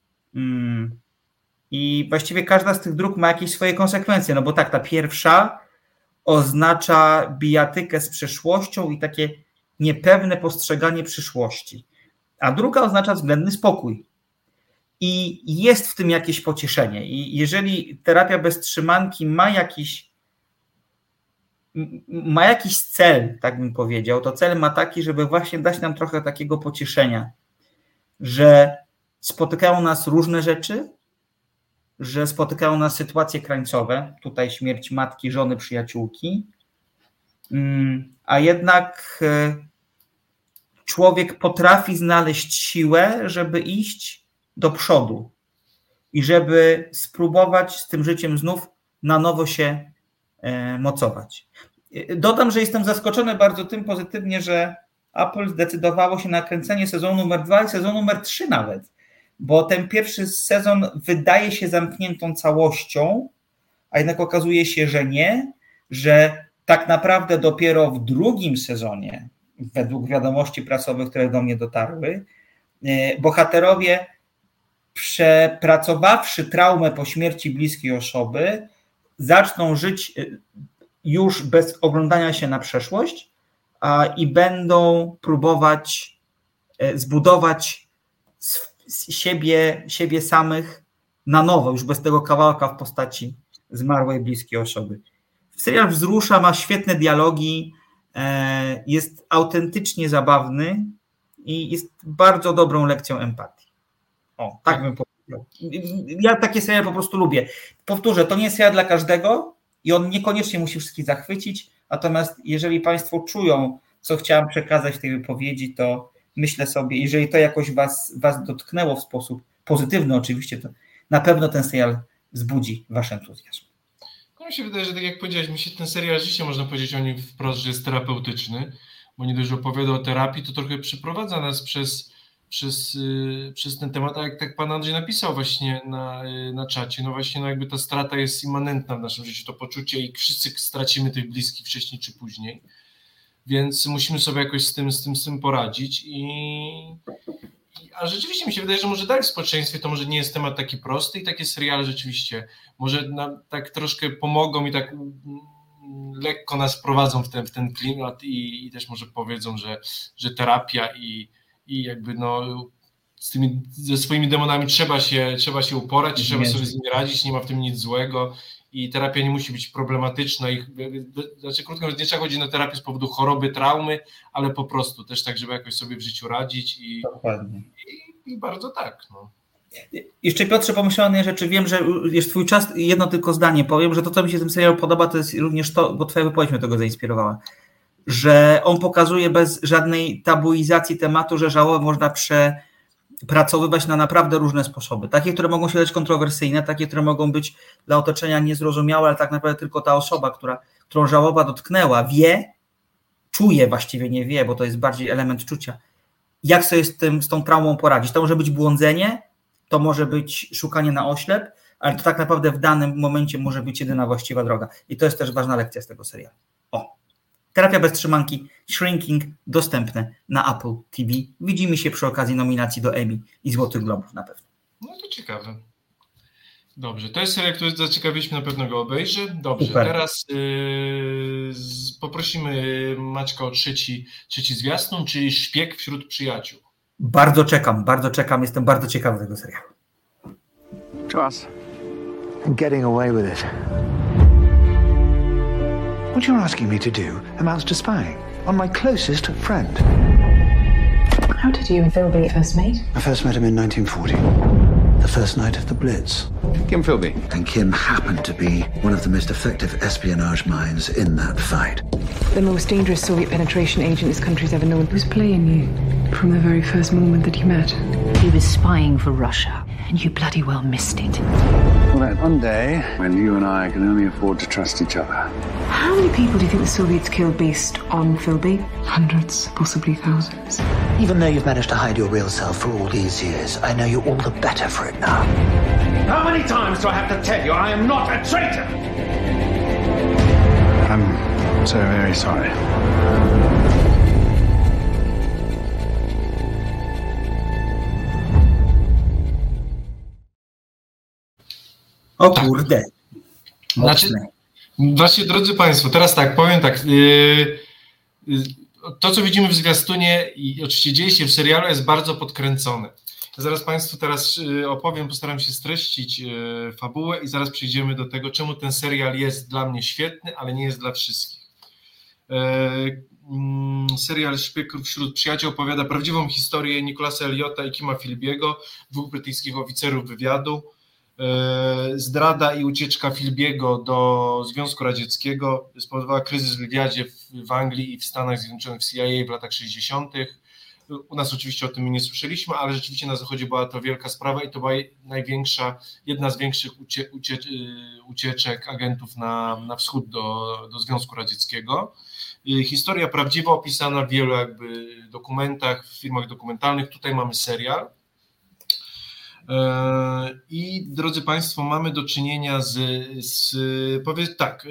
I właściwie każda z tych dróg ma jakieś swoje konsekwencje, no bo tak, ta pierwsza oznacza bijatykę z przeszłością i takie niepewne postrzeganie przyszłości, a druga oznacza względny spokój. I jest w tym jakieś pocieszenie. I jeżeli terapia bez trzymanki ma jakiś, ma jakiś cel, tak bym powiedział, to cel ma taki, żeby właśnie dać nam trochę takiego pocieszenia, że spotykają nas różne rzeczy, że spotykają nas sytuacje krańcowe, tutaj śmierć matki, żony, przyjaciółki, a jednak człowiek potrafi znaleźć siłę, żeby iść do przodu i żeby spróbować z tym życiem znów na nowo się mocować. Dodam, że jestem zaskoczony bardzo tym pozytywnie, że Apple zdecydowało się na kręcenie sezonu numer dwa i sezonu numer trzy nawet, bo ten pierwszy sezon wydaje się zamkniętą całością, a jednak okazuje się, że nie, że tak naprawdę dopiero w drugim sezonie, według wiadomości prasowych, które do mnie dotarły, bohaterowie, przepracowawszy traumę po śmierci bliskiej osoby, zaczną żyć już bez oglądania się na przeszłość a, i będą próbować zbudować siebie, siebie samych na nowo, już bez tego kawałka w postaci zmarłej bliskiej osoby. Serial wzrusza, ma świetne dialogi, jest autentycznie zabawny i jest bardzo dobrą lekcją empatii. O, tak bym powiedział. Ja takie seriale po prostu lubię. Powtórzę, to nie jest serial dla każdego i on niekoniecznie musi wszystkich zachwycić, natomiast jeżeli Państwo czują, co chciałem przekazać w tej wypowiedzi, to myślę sobie, jeżeli to jakoś was, was dotknęło w sposób pozytywny oczywiście, to na pewno ten serial wzbudzi wasz entuzjazm. No mi się wydaje, że tak jak powiedziałeś, mi się ten serial rzeczywiście można powiedzieć o nim wprost, że jest terapeutyczny, bo nie dość, że opowiada o terapii, to trochę przeprowadza nas przez, przez, yy, przez ten temat, a jak tak pan Andrzej napisał właśnie na, yy, na czacie, no właśnie no jakby ta strata jest immanentna w naszym życiu, to poczucie i wszyscy stracimy tych bliskich wcześniej czy później, więc musimy sobie jakoś z tym, z tym, z tym poradzić i a rzeczywiście mi się wydaje, że może tak w społeczeństwie to może nie jest temat taki prosty i takie seriale rzeczywiście może nam tak troszkę pomogą i tak lekko nas wprowadzą w ten, w ten klimat i, i też może powiedzą, że, że terapia i, i jakby no z tymi, ze swoimi demonami trzeba się, trzeba się uporać, I trzeba sobie z nimi radzić, nie ma w tym nic złego i terapia nie musi być problematyczna. I, znaczy krótko mówiąc, nie trzeba chodzić na terapię z powodu choroby, traumy, ale po prostu też tak, żeby jakoś sobie w życiu radzić i, Dokładnie. i, i bardzo tak. No. Jeszcze Piotrze, pomyślałem o jednej rzeczy, wiem, że jest twój czas, jedno tylko zdanie powiem, że to, co mi się w tym serialu podoba, to jest również to, bo twoja wypowiedź mnie tego zainspirowała, że on pokazuje bez żadnej tabuizacji tematu, że żałobę można przepracowywać na naprawdę różne sposoby. Takie, które mogą się dać kontrowersyjne, takie, które mogą być dla otoczenia niezrozumiałe, ale tak naprawdę tylko ta osoba, która, którą żałoba dotknęła, wie, czuje, właściwie nie wie, bo to jest bardziej element czucia, jak sobie z, tym, z tą traumą poradzić. To może być błądzenie, to może być szukanie na oślep, ale to tak naprawdę w danym momencie może być jedyna właściwa droga. I to jest też ważna lekcja z tego serialu. O, terapia bez trzymanki, Shrinking, dostępne na Apple T V. Widzimy się przy okazji nominacji do Emmy i Złotych Globów na pewno. No to ciekawe. Dobrze, to jest serial, który zaciekawiliśmy, na pewno go obejrzę. Dobrze, Super. Teraz yy, z, poprosimy Maćka o trzeci, trzeci zwiastun, czyli Szpieg wśród przyjaciół. Bardzo czekam, bardzo czekam, jestem bardzo ciekawy tego serialu. Trust. I'm getting away with it. What you're asking me to do amounts to spying on my closest friend. How did you and Philby first meet? I first met him in nineteen forty, the first night of the Blitz. Kim Philby. And Kim happened to be one of the most effective espionage minds in that fight. The most dangerous Soviet penetration agent this country's ever known. Who's playing you from the very first moment that you met? He was spying for Russia, and you bloody well missed it. Well, that one day when you and I can only afford to trust each other. How many people do you think the Soviets killed based on Philby? Hundreds, possibly thousands. Even though you've managed to hide your real self for all these years, I know you all the better for it now. How many times do I have to tell you I am not a traitor? I'm so very sorry. O kurde. Znaczy, właśnie, drodzy Państwo, teraz tak, powiem tak, yy, yy, to co widzimy w zwiastunie i oczywiście dzieje się w serialu jest bardzo podkręcone. Zaraz Państwu teraz yy, opowiem, postaram się streścić yy, fabułę i zaraz przejdziemy do tego, czemu ten serial jest dla mnie świetny, ale nie jest dla wszystkich. Yy, yy, serial Szpieg wśród przyjaciół opowiada prawdziwą historię Nicholasa Elliotta i Kima Philby'ego, dwóch brytyjskich oficerów wywiadu. Zdrada i ucieczka Philby'ego do Związku Radzieckiego spowodowała kryzys w wywiadzie w, w Anglii i w Stanach Zjednoczonych w C I A w latach sześćdziesiątych. U nas oczywiście o tym nie słyszeliśmy, ale rzeczywiście na Zachodzie była to wielka sprawa i to była największa, jedna z większych ucie, ucie, ucieczek agentów na, na wschód do, do Związku Radzieckiego. Historia prawdziwa, opisana w wielu jakby dokumentach, w filmach dokumentalnych. Tutaj mamy serial. I drodzy Państwo, mamy do czynienia z, z powiedz tak,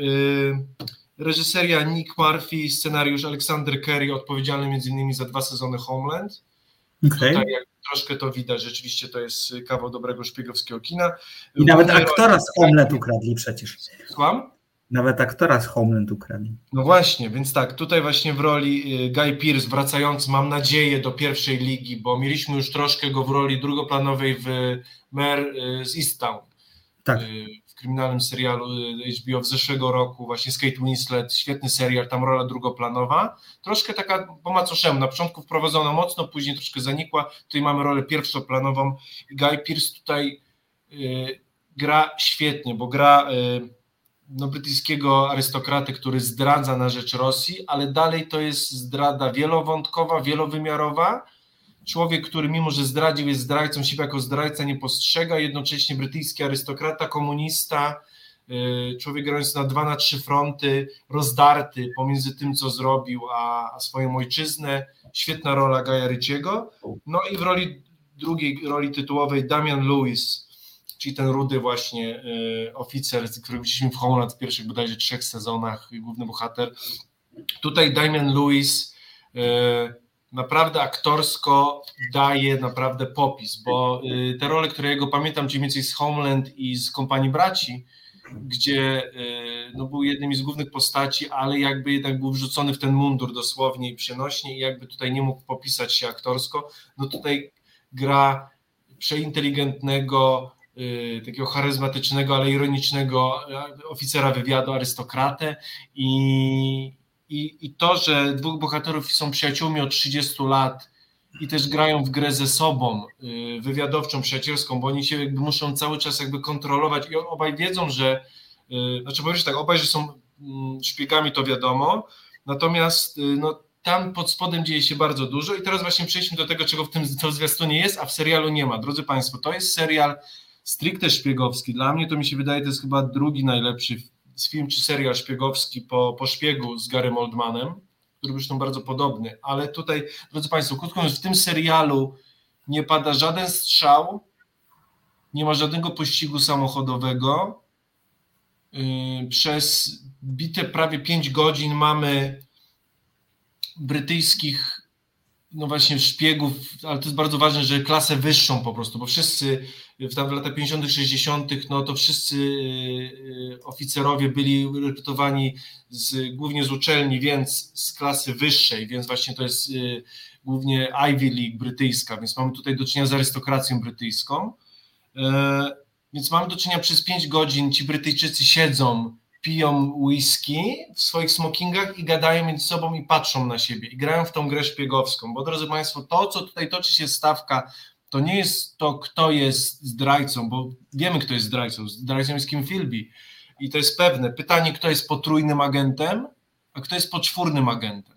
reżyseria Nick Murphy, scenariusz Alexander Kerry, odpowiedzialny między innymi za dwa sezony Homeland. Okay. Tutaj jak troszkę to widać, rzeczywiście to jest kawał dobrego szpiegowskiego kina. I nawet aktora z Homeland ukradli przecież. Słucham? Nawet aktora z Homeland ukradli. No właśnie, więc tak, tutaj właśnie w roli Guy Pearce, wracający, mam nadzieję, do pierwszej ligi, bo mieliśmy już troszkę go w roli drugoplanowej w Mare z Easttown. Tak. W kryminalnym serialu H B O w zeszłego roku, właśnie z Kate Winslet, świetny serial, tam rola drugoplanowa. Troszkę taka po macoszemu, na początku wprowadzona mocno, później troszkę zanikła. Tutaj mamy rolę pierwszoplanową i Guy Pearce tutaj y, gra świetnie, bo gra... Y, no, brytyjskiego arystokraty, który zdradza na rzecz Rosji, ale dalej to jest zdrada wielowątkowa, wielowymiarowa. Człowiek, który mimo, że zdradził, jest zdrajcą, siebie jako zdrajca nie postrzega, jednocześnie brytyjski arystokrata, komunista, człowiek grający na dwa, na trzy fronty, rozdarty pomiędzy tym, co zrobił, a, a swoją ojczyznę. Świetna rola Guya Ritchiego. No i w roli drugiej roli tytułowej Damian Lewis, czyli ten rudy właśnie y, oficer, który widzieliśmy w Homeland w pierwszych bodajże trzech sezonach, główny bohater. Tutaj Damian Lewis y, naprawdę aktorsko daje naprawdę popis, bo y, te role, które jego pamiętam mniej więcej z Homeland i z Kompanii Braci, gdzie y, no, był jednym z głównych postaci, ale jakby jednak był wrzucony w ten mundur dosłownie i przenośnie i jakby tutaj nie mógł popisać się aktorsko, no tutaj gra przeinteligentnego, takiego charyzmatycznego, ale ironicznego oficera wywiadu, arystokratę i, i, i to, że dwóch bohaterów są przyjaciółmi od trzydziestu lat i też grają w grę ze sobą, wywiadowczą, przyjacielską, bo oni się jakby muszą cały czas jakby kontrolować i obaj wiedzą, że, znaczy powiedzieć tak, obaj, że są szpiegami, to wiadomo, natomiast no, tam pod spodem dzieje się bardzo dużo i teraz właśnie przejdźmy do tego, czego w tym w zwiastunie jest, a w serialu nie ma. Drodzy Państwo, to jest serial stricte szpiegowski. Dla mnie to mi się wydaje, to jest chyba drugi najlepszy film czy serial szpiegowski po, po Szpiegu z Garym Oldmanem, który zresztą bardzo podobny, ale tutaj, drodzy Państwo, krótko mówiąc, w tym serialu nie pada żaden strzał, nie ma żadnego pościgu samochodowego. Yy, przez bite prawie pięć godzin mamy brytyjskich no właśnie szpiegów, ale to jest bardzo ważne, że klasę wyższą po prostu, bo wszyscy w, tam w latach pięćdziesiątych, sześćdziesiątych no to wszyscy oficerowie byli rekrutowani z, głównie z uczelni, więc z klasy wyższej, więc właśnie to jest głównie Ivy League brytyjska, więc mamy tutaj do czynienia z arystokracją brytyjską, więc mamy do czynienia przez pięć godzin, ci Brytyjczycy siedzą, piją whisky w swoich smokingach i gadają między sobą i patrzą na siebie i grają w tą grę szpiegowską, bo drodzy Państwo, to co tutaj toczy się stawka, to nie jest to, kto jest zdrajcą, bo wiemy, kto jest zdrajcą, zdrajcą jest Kim Philby i to jest pewne. Pytanie, kto jest potrójnym agentem, a kto jest poczwórnym agentem.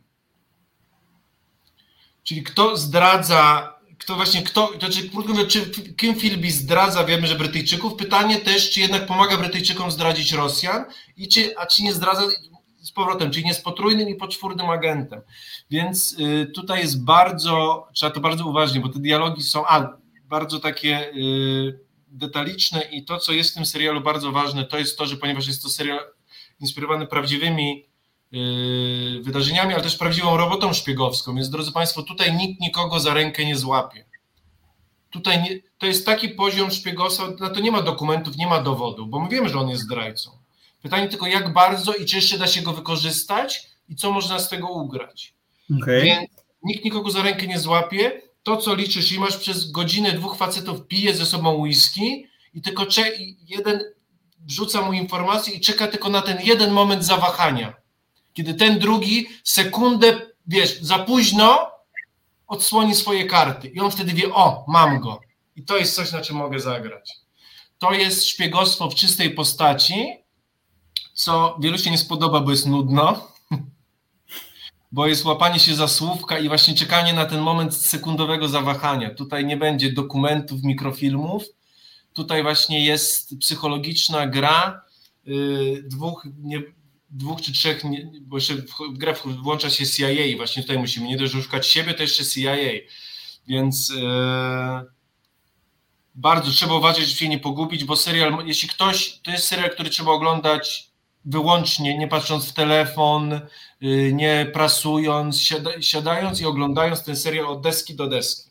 Czyli kto zdradza, kto właśnie, kto, to czy, krótko mówiąc, czy Kim Philby zdradza, wiemy, że Brytyjczyków, pytanie też, czy jednak pomaga Brytyjczykom zdradzić Rosjan, i czy, a czy nie zdradza z powrotem, czyli nie z potrójnym i poczwórnym agentem. Więc y, tutaj jest bardzo, trzeba to bardzo uważnie, bo te dialogi są a, bardzo takie y, detaliczne i to, co jest w tym serialu bardzo ważne, to jest to, że ponieważ jest to serial inspirowany prawdziwymi y, wydarzeniami, ale też prawdziwą robotą szpiegowską, więc drodzy Państwo, tutaj nikt nikogo za rękę nie złapie. Tutaj nie, to jest taki poziom szpiegostwa, na to nie ma dokumentów, nie ma dowodu, bo my wiemy, że on jest zdrajcą. Pytanie tylko, jak bardzo i czy jeszcze da się go wykorzystać i co można z tego ugrać. Okay. Więc nikt nikogo za rękę nie złapie. To, co liczysz, i masz przez godzinę dwóch facetów pije ze sobą whisky i tylko cze- jeden wrzuca mu informację i czeka tylko na ten jeden moment zawahania. Kiedy ten drugi sekundę, wiesz, za późno odsłoni swoje karty i on wtedy wie, o, mam go. I to jest coś, na czym mogę zagrać. To jest szpiegostwo w czystej postaci, co wielu się nie spodoba, bo jest nudno, bo jest łapanie się za słówka i właśnie czekanie na ten moment sekundowego zawahania. Tutaj nie będzie dokumentów, mikrofilmów. Tutaj właśnie jest psychologiczna gra yy, dwóch, nie, dwóch czy trzech, nie, bo jeszcze w, w grę włącza się C I A i właśnie tutaj musimy nie dość, że szukać siebie, to jeszcze C I A. Więc yy, bardzo trzeba uważać, żeby się nie pogubić, bo serial, jeśli ktoś, to jest serial, który trzeba oglądać wyłącznie, nie patrząc w telefon, nie prasując, siada, siadając i oglądając ten serial od deski do deski.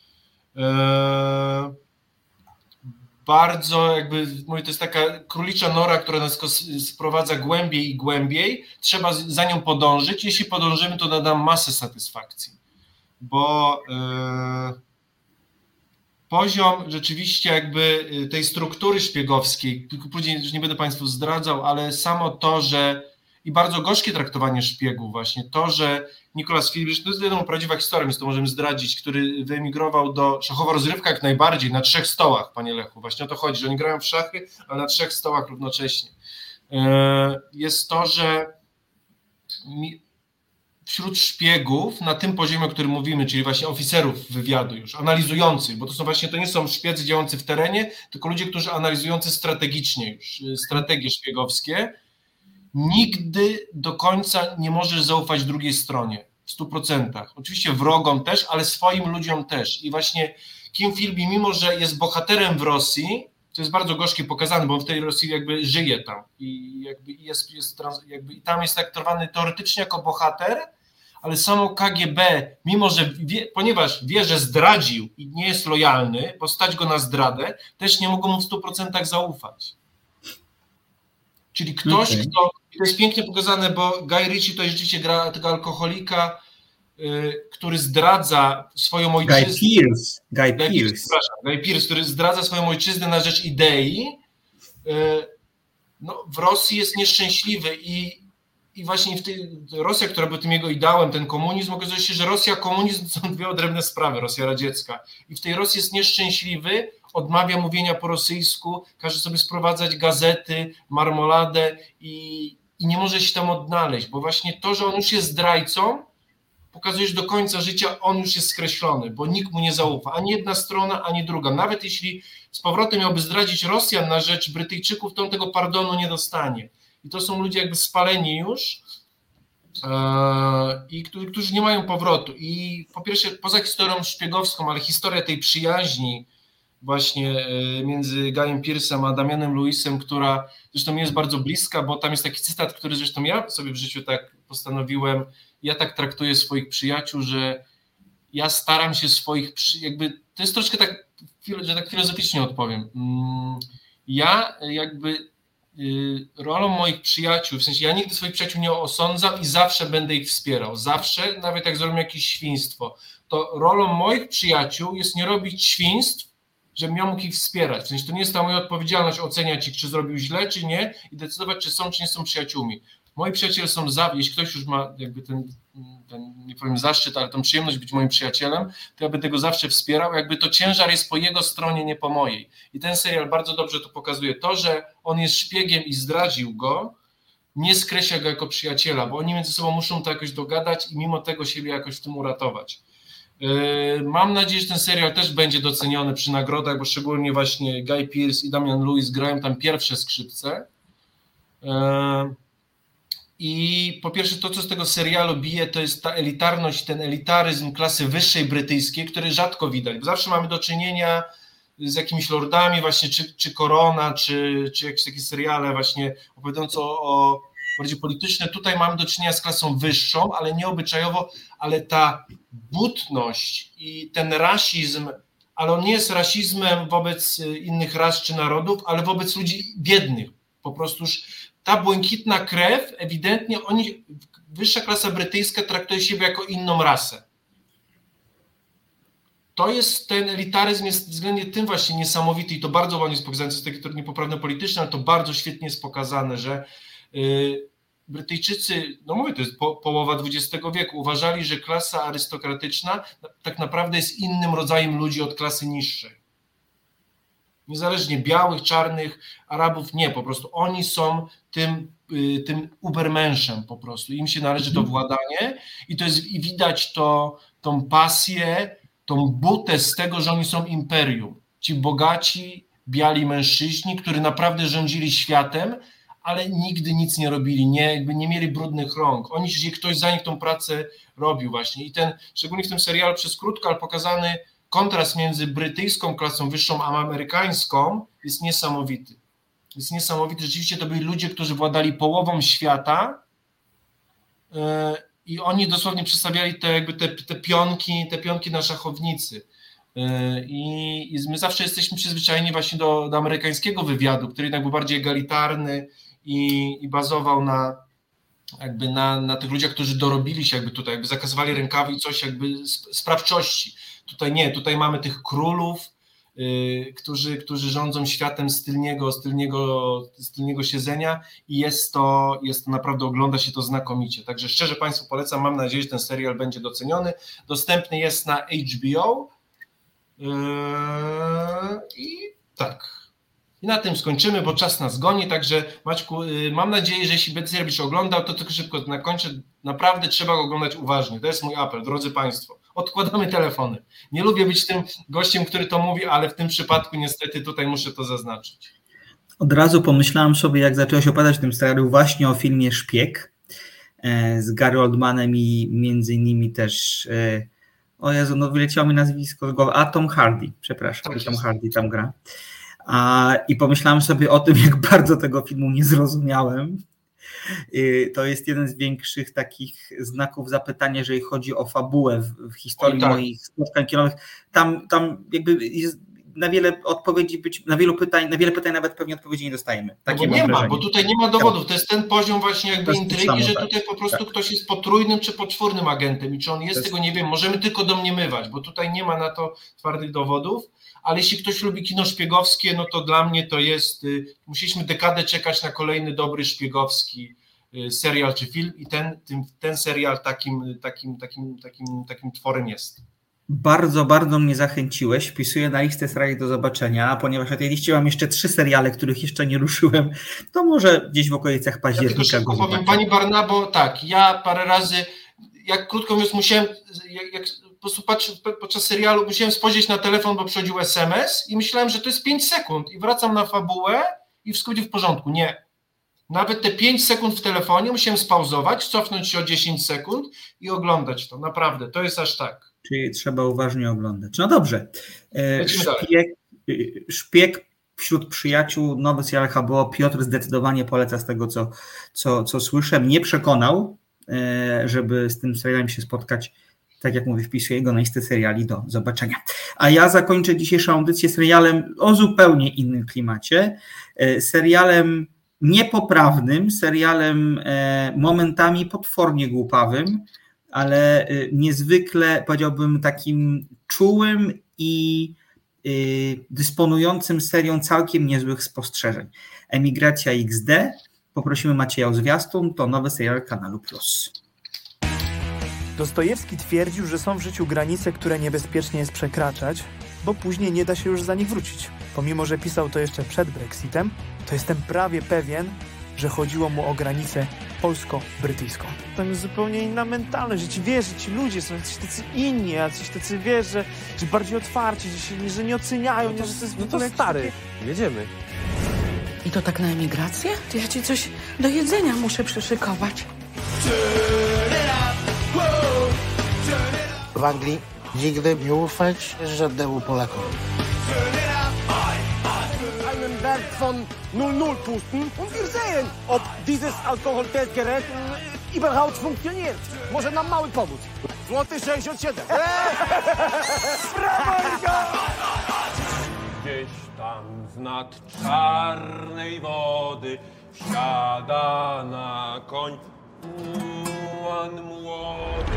Eee, bardzo jakby, mówię, to jest taka królicza nora, która nas sprowadza głębiej i głębiej. Trzeba za nią podążyć. Jeśli podążymy, to da nam masę satysfakcji. Bo eee, poziom rzeczywiście jakby tej struktury szpiegowskiej, tylko później już nie będę Państwu zdradzał, ale samo to, że i bardzo gorzkie traktowanie szpiegów właśnie, to, że Nicolas Philbrick, to jest wiadomo prawdziwa historia, więc to możemy zdradzić, który wyemigrował do, szachowa rozrywka jak najbardziej, na trzech stołach, Panie Lechu, właśnie o to chodzi, że oni grają w szachy, ale na trzech stołach równocześnie. Jest to, że wśród szpiegów na tym poziomie, o którym mówimy, czyli właśnie oficerów wywiadu już, analizujących, bo to są właśnie, to nie są szpiedzy działający w terenie, tylko ludzie, którzy analizujący strategicznie już, strategie szpiegowskie, nigdy do końca nie możesz zaufać drugiej stronie w stu procentach. Oczywiście wrogom też, ale swoim ludziom też. I właśnie Kim Philby, mimo że jest bohaterem w Rosji, to jest bardzo gorzkie pokazane, bo on w tej Rosji jakby żyje tam i jakby jest, jest jakby, i tam jest traktowany teoretycznie jako bohater, ale samo K G B, mimo że wie, ponieważ wie, że zdradził i nie jest lojalny, bo stać go na zdradę, też nie mogą mu w stu procentach zaufać. Czyli ktoś, okay. kto, i to jest pięknie pokazane, bo Guy Ritchie to rzeczywiście gra tego alkoholika, y, który zdradza swoją ojczyznę. Guy Pearce. Guy, Guy Pearce. Przepraszam, Guy Pearce, który zdradza swoją ojczyznę na rzecz idei. Y, no, w Rosji jest nieszczęśliwy i, i właśnie w tej Rosja, która była tym jego ideałem, ten komunizm, okazuje się, że Rosja, komunizm to są dwie odrębne sprawy, Rosja radziecka. I w tej Rosji jest nieszczęśliwy, odmawia mówienia po rosyjsku, każe sobie sprowadzać gazety, marmoladę i, i nie może się tam odnaleźć, bo właśnie to, że on już jest zdrajcą, pokazuje, że do końca życia on już jest skreślony, bo nikt mu nie zaufa, ani jedna strona, ani druga. Nawet jeśli z powrotem miałby zdradzić Rosjan na rzecz Brytyjczyków, to on tego pardonu nie dostanie. I to są ludzie jakby spaleni już yy, i którzy nie mają powrotu. I po pierwsze, poza historią szpiegowską, ale historia tej przyjaźni właśnie między Guyem Pearce'em a Damianem Lewisem, która zresztą mi jest bardzo bliska, bo tam jest taki cytat, który zresztą ja sobie w życiu tak postanowiłem, ja tak traktuję swoich przyjaciół, że ja staram się swoich, jakby, to jest troszkę tak, że tak filozoficznie odpowiem, ja jakby rolą moich przyjaciół, w sensie ja nigdy swoich przyjaciół nie osądzam i zawsze będę ich wspierał, zawsze, nawet jak zrobią jakieś świństwo, to rolą moich przyjaciół jest nie robić świństw, żebym ja mógł ich wspierać. W sensie to nie jest ta moja odpowiedzialność oceniać ich, czy zrobił źle, czy nie i decydować, czy są, czy nie są przyjaciółmi. Moi przyjaciele są za, jeśli ktoś już ma jakby ten, ten, nie powiem zaszczyt, ale tą przyjemność być moim przyjacielem, to ja będę go zawsze wspierał, jakby to ciężar jest po jego stronie, nie po mojej. I ten serial bardzo dobrze to pokazuje. To, że on jest szpiegiem i zdradził go, nie skreśla go jako przyjaciela, bo oni między sobą muszą to jakoś dogadać i mimo tego siebie jakoś w tym uratować. Mam nadzieję, że ten serial też będzie doceniony przy nagrodach, bo szczególnie właśnie Guy Pearce i Damian Lewis grają tam pierwsze skrzypce. I po pierwsze to, co z tego serialu bije, to jest ta elitarność, ten elitaryzm klasy wyższej brytyjskiej, który rzadko widać, bo zawsze mamy do czynienia z jakimiś lordami właśnie, czy, czy Korona, czy, czy jakieś takie seriale właśnie opowiadające o, o bardziej polityczne. Tutaj mamy do czynienia z klasą wyższą, ale nie obyczajowo, ale ta butność i ten rasizm, ale on nie jest rasizmem wobec innych ras czy narodów, ale wobec ludzi biednych. Po prostu już ta błękitna krew, ewidentnie oni, wyższa klasa brytyjska traktuje siebie jako inną rasę. To jest, ten elitaryzm jest względnie tym właśnie niesamowity i to bardzo ładnie jest pokazane, to jest takie niepoprawne polityczne, ale to bardzo świetnie jest pokazane, że yy, Brytyjczycy, no mówię, to jest po, połowa dwudziestego wieku, uważali, że klasa arystokratyczna tak naprawdę jest innym rodzajem ludzi od klasy niższej. Niezależnie białych, czarnych, Arabów, nie, po prostu oni są tym, yy, tym ubermenszem po prostu, im się należy to władanie i to jest, i widać to, tą pasję, tą butę z tego, że oni są imperium. Ci bogaci, biali mężczyźni, którzy naprawdę rządzili światem, ale nigdy nic nie robili, nie, jakby nie mieli brudnych rąk. Oni, że ktoś za nich tą pracę robił właśnie. I ten, szczególnie w tym serialu przez krótko, ale pokazany kontrast między brytyjską klasą wyższą a amerykańską jest niesamowity. Jest niesamowity. Rzeczywiście to byli ludzie, którzy władali połową świata, yy, i oni dosłownie przedstawiali te, jakby te, te pionki, te pionki na szachownicy. I, i my zawsze jesteśmy przyzwyczajeni właśnie do, do amerykańskiego wywiadu, który jednak był bardziej egalitarny i, i bazował na, jakby na, na tych ludziach, którzy dorobili się jakby tutaj, jakby zakazywali rękawy i coś jakby sprawczości. Tutaj nie, tutaj mamy tych królów, yy, którzy, którzy rządzą światem z tylniego, z tylniego, z tylniego siedzenia i jest to, jest to naprawdę, ogląda się to znakomicie. Także szczerze Państwu polecam, mam nadzieję, że ten serial będzie doceniony. Dostępny jest na H B O yy, i tak. I na tym skończymy, bo czas nas goni, także Maćku, yy, mam nadzieję, że jeśli serial byś oglądał, to tylko szybko na końcu, naprawdę trzeba go oglądać uważnie. To jest mój apel, drodzy Państwo. Odkładamy telefony. Nie lubię być tym gościem, który to mówi, ale w tym przypadku niestety tutaj muszę to zaznaczyć. Od razu pomyślałem sobie, jak zacząłeś opowiadać w tym serialu właśnie o filmie Szpieg z Gary Oldmanem i między innymi też, o Jezu, no wyleciało mi nazwisko, a Tom Hardy, przepraszam, tak Tom Hardy tam gra. A, I pomyślałem sobie o tym, jak bardzo tego filmu nie zrozumiałem. To jest jeden z większych takich znaków zapytania, jeżeli chodzi o fabułę w, w historii tak. moich spotkań kinowych. Tam, tam jakby jest na wiele odpowiedzi, być, na wielu pytań, na wiele pytań nawet pewnie odpowiedzi nie dostajemy. Takie no bo nie ma, bo tutaj nie ma dowodów. To jest ten poziom właśnie jakby intrygi, samo, że tak. tutaj po prostu tak. ktoś jest potrójnym czy poczwórnym agentem i czy on jest, jest, tego nie wiem, możemy tylko domniemywać, bo tutaj nie ma na to twardych dowodów. Ale jeśli ktoś lubi kino szpiegowskie, no to dla mnie to jest, y, musieliśmy dekadę czekać na kolejny dobry szpiegowski y, serial czy film i ten, ten, ten serial takim, takim, takim, takim, takim tworem jest. Bardzo, bardzo mnie zachęciłeś, wpisuję na listę seriali do zobaczenia, a ponieważ na tej liście mam jeszcze trzy seriale, których jeszcze nie ruszyłem, to może gdzieś w okolicach października. Ja go powiem, Pani Barnabo, tak, ja parę razy, jak krótko mówiąc musiałem, jak, jak po prostu patrz, podczas serialu musiałem spojrzeć na telefon, bo przychodził es em es i myślałem, że to jest pięć sekund i wracam na fabułę i wszystko będzie w porządku. Nie. Nawet te pięć sekund w telefonie musiałem spauzować, cofnąć się o dziesięć sekund i oglądać to. Naprawdę, to jest aż tak. Czyli trzeba uważnie oglądać. No dobrze. Szpieg, szpieg wśród przyjaciół, nowy serial H B O. Piotr zdecydowanie poleca z tego, co, co, co słyszę. Mnie przekonał, żeby z tym serialem się spotkać. Tak jak mówię, wpisuję go na listę seriali do zobaczenia. A ja zakończę dzisiejszą audycję serialem o zupełnie innym klimacie. Serialem niepoprawnym, serialem momentami potwornie głupawym, ale niezwykle, powiedziałbym, takim czułym i dysponującym serią całkiem niezłych spostrzeżeń. Emigracja iks de. Poprosimy Macieja o zwiastun, to nowy serial Kanalu Plus. Dostojewski twierdził, że są w życiu granice, które niebezpiecznie jest przekraczać, bo później nie da się już za nich wrócić. Pomimo, że pisał to jeszcze przed Brexitem, to jestem prawie pewien, że chodziło mu o granicę polsko-brytyjską. Tam jest zupełnie inna mentalność, że ci wiesz, że ci ludzie są jacyś tacy inni, jacyś tacy wiesz, że, że bardziej otwarci, że, się, że nie oceniają. No to, nie, że to jest, no to stary, jedziemy. I to tak na emigrację? To ja ci coś do jedzenia muszę przyszykować. W Anglii nigdy nie ufać żadnemu Polakowi. Einen Berg von null null pusten und wir sehen, ob dieses Alkoholtestgerät überhaupt funktioniert. Może nam mały pomóc. Złoty sześćdziesiąt siedem. Brawo, Igor! Gdzieś tam z nad czarnej wody wsiada na koń ułan młody.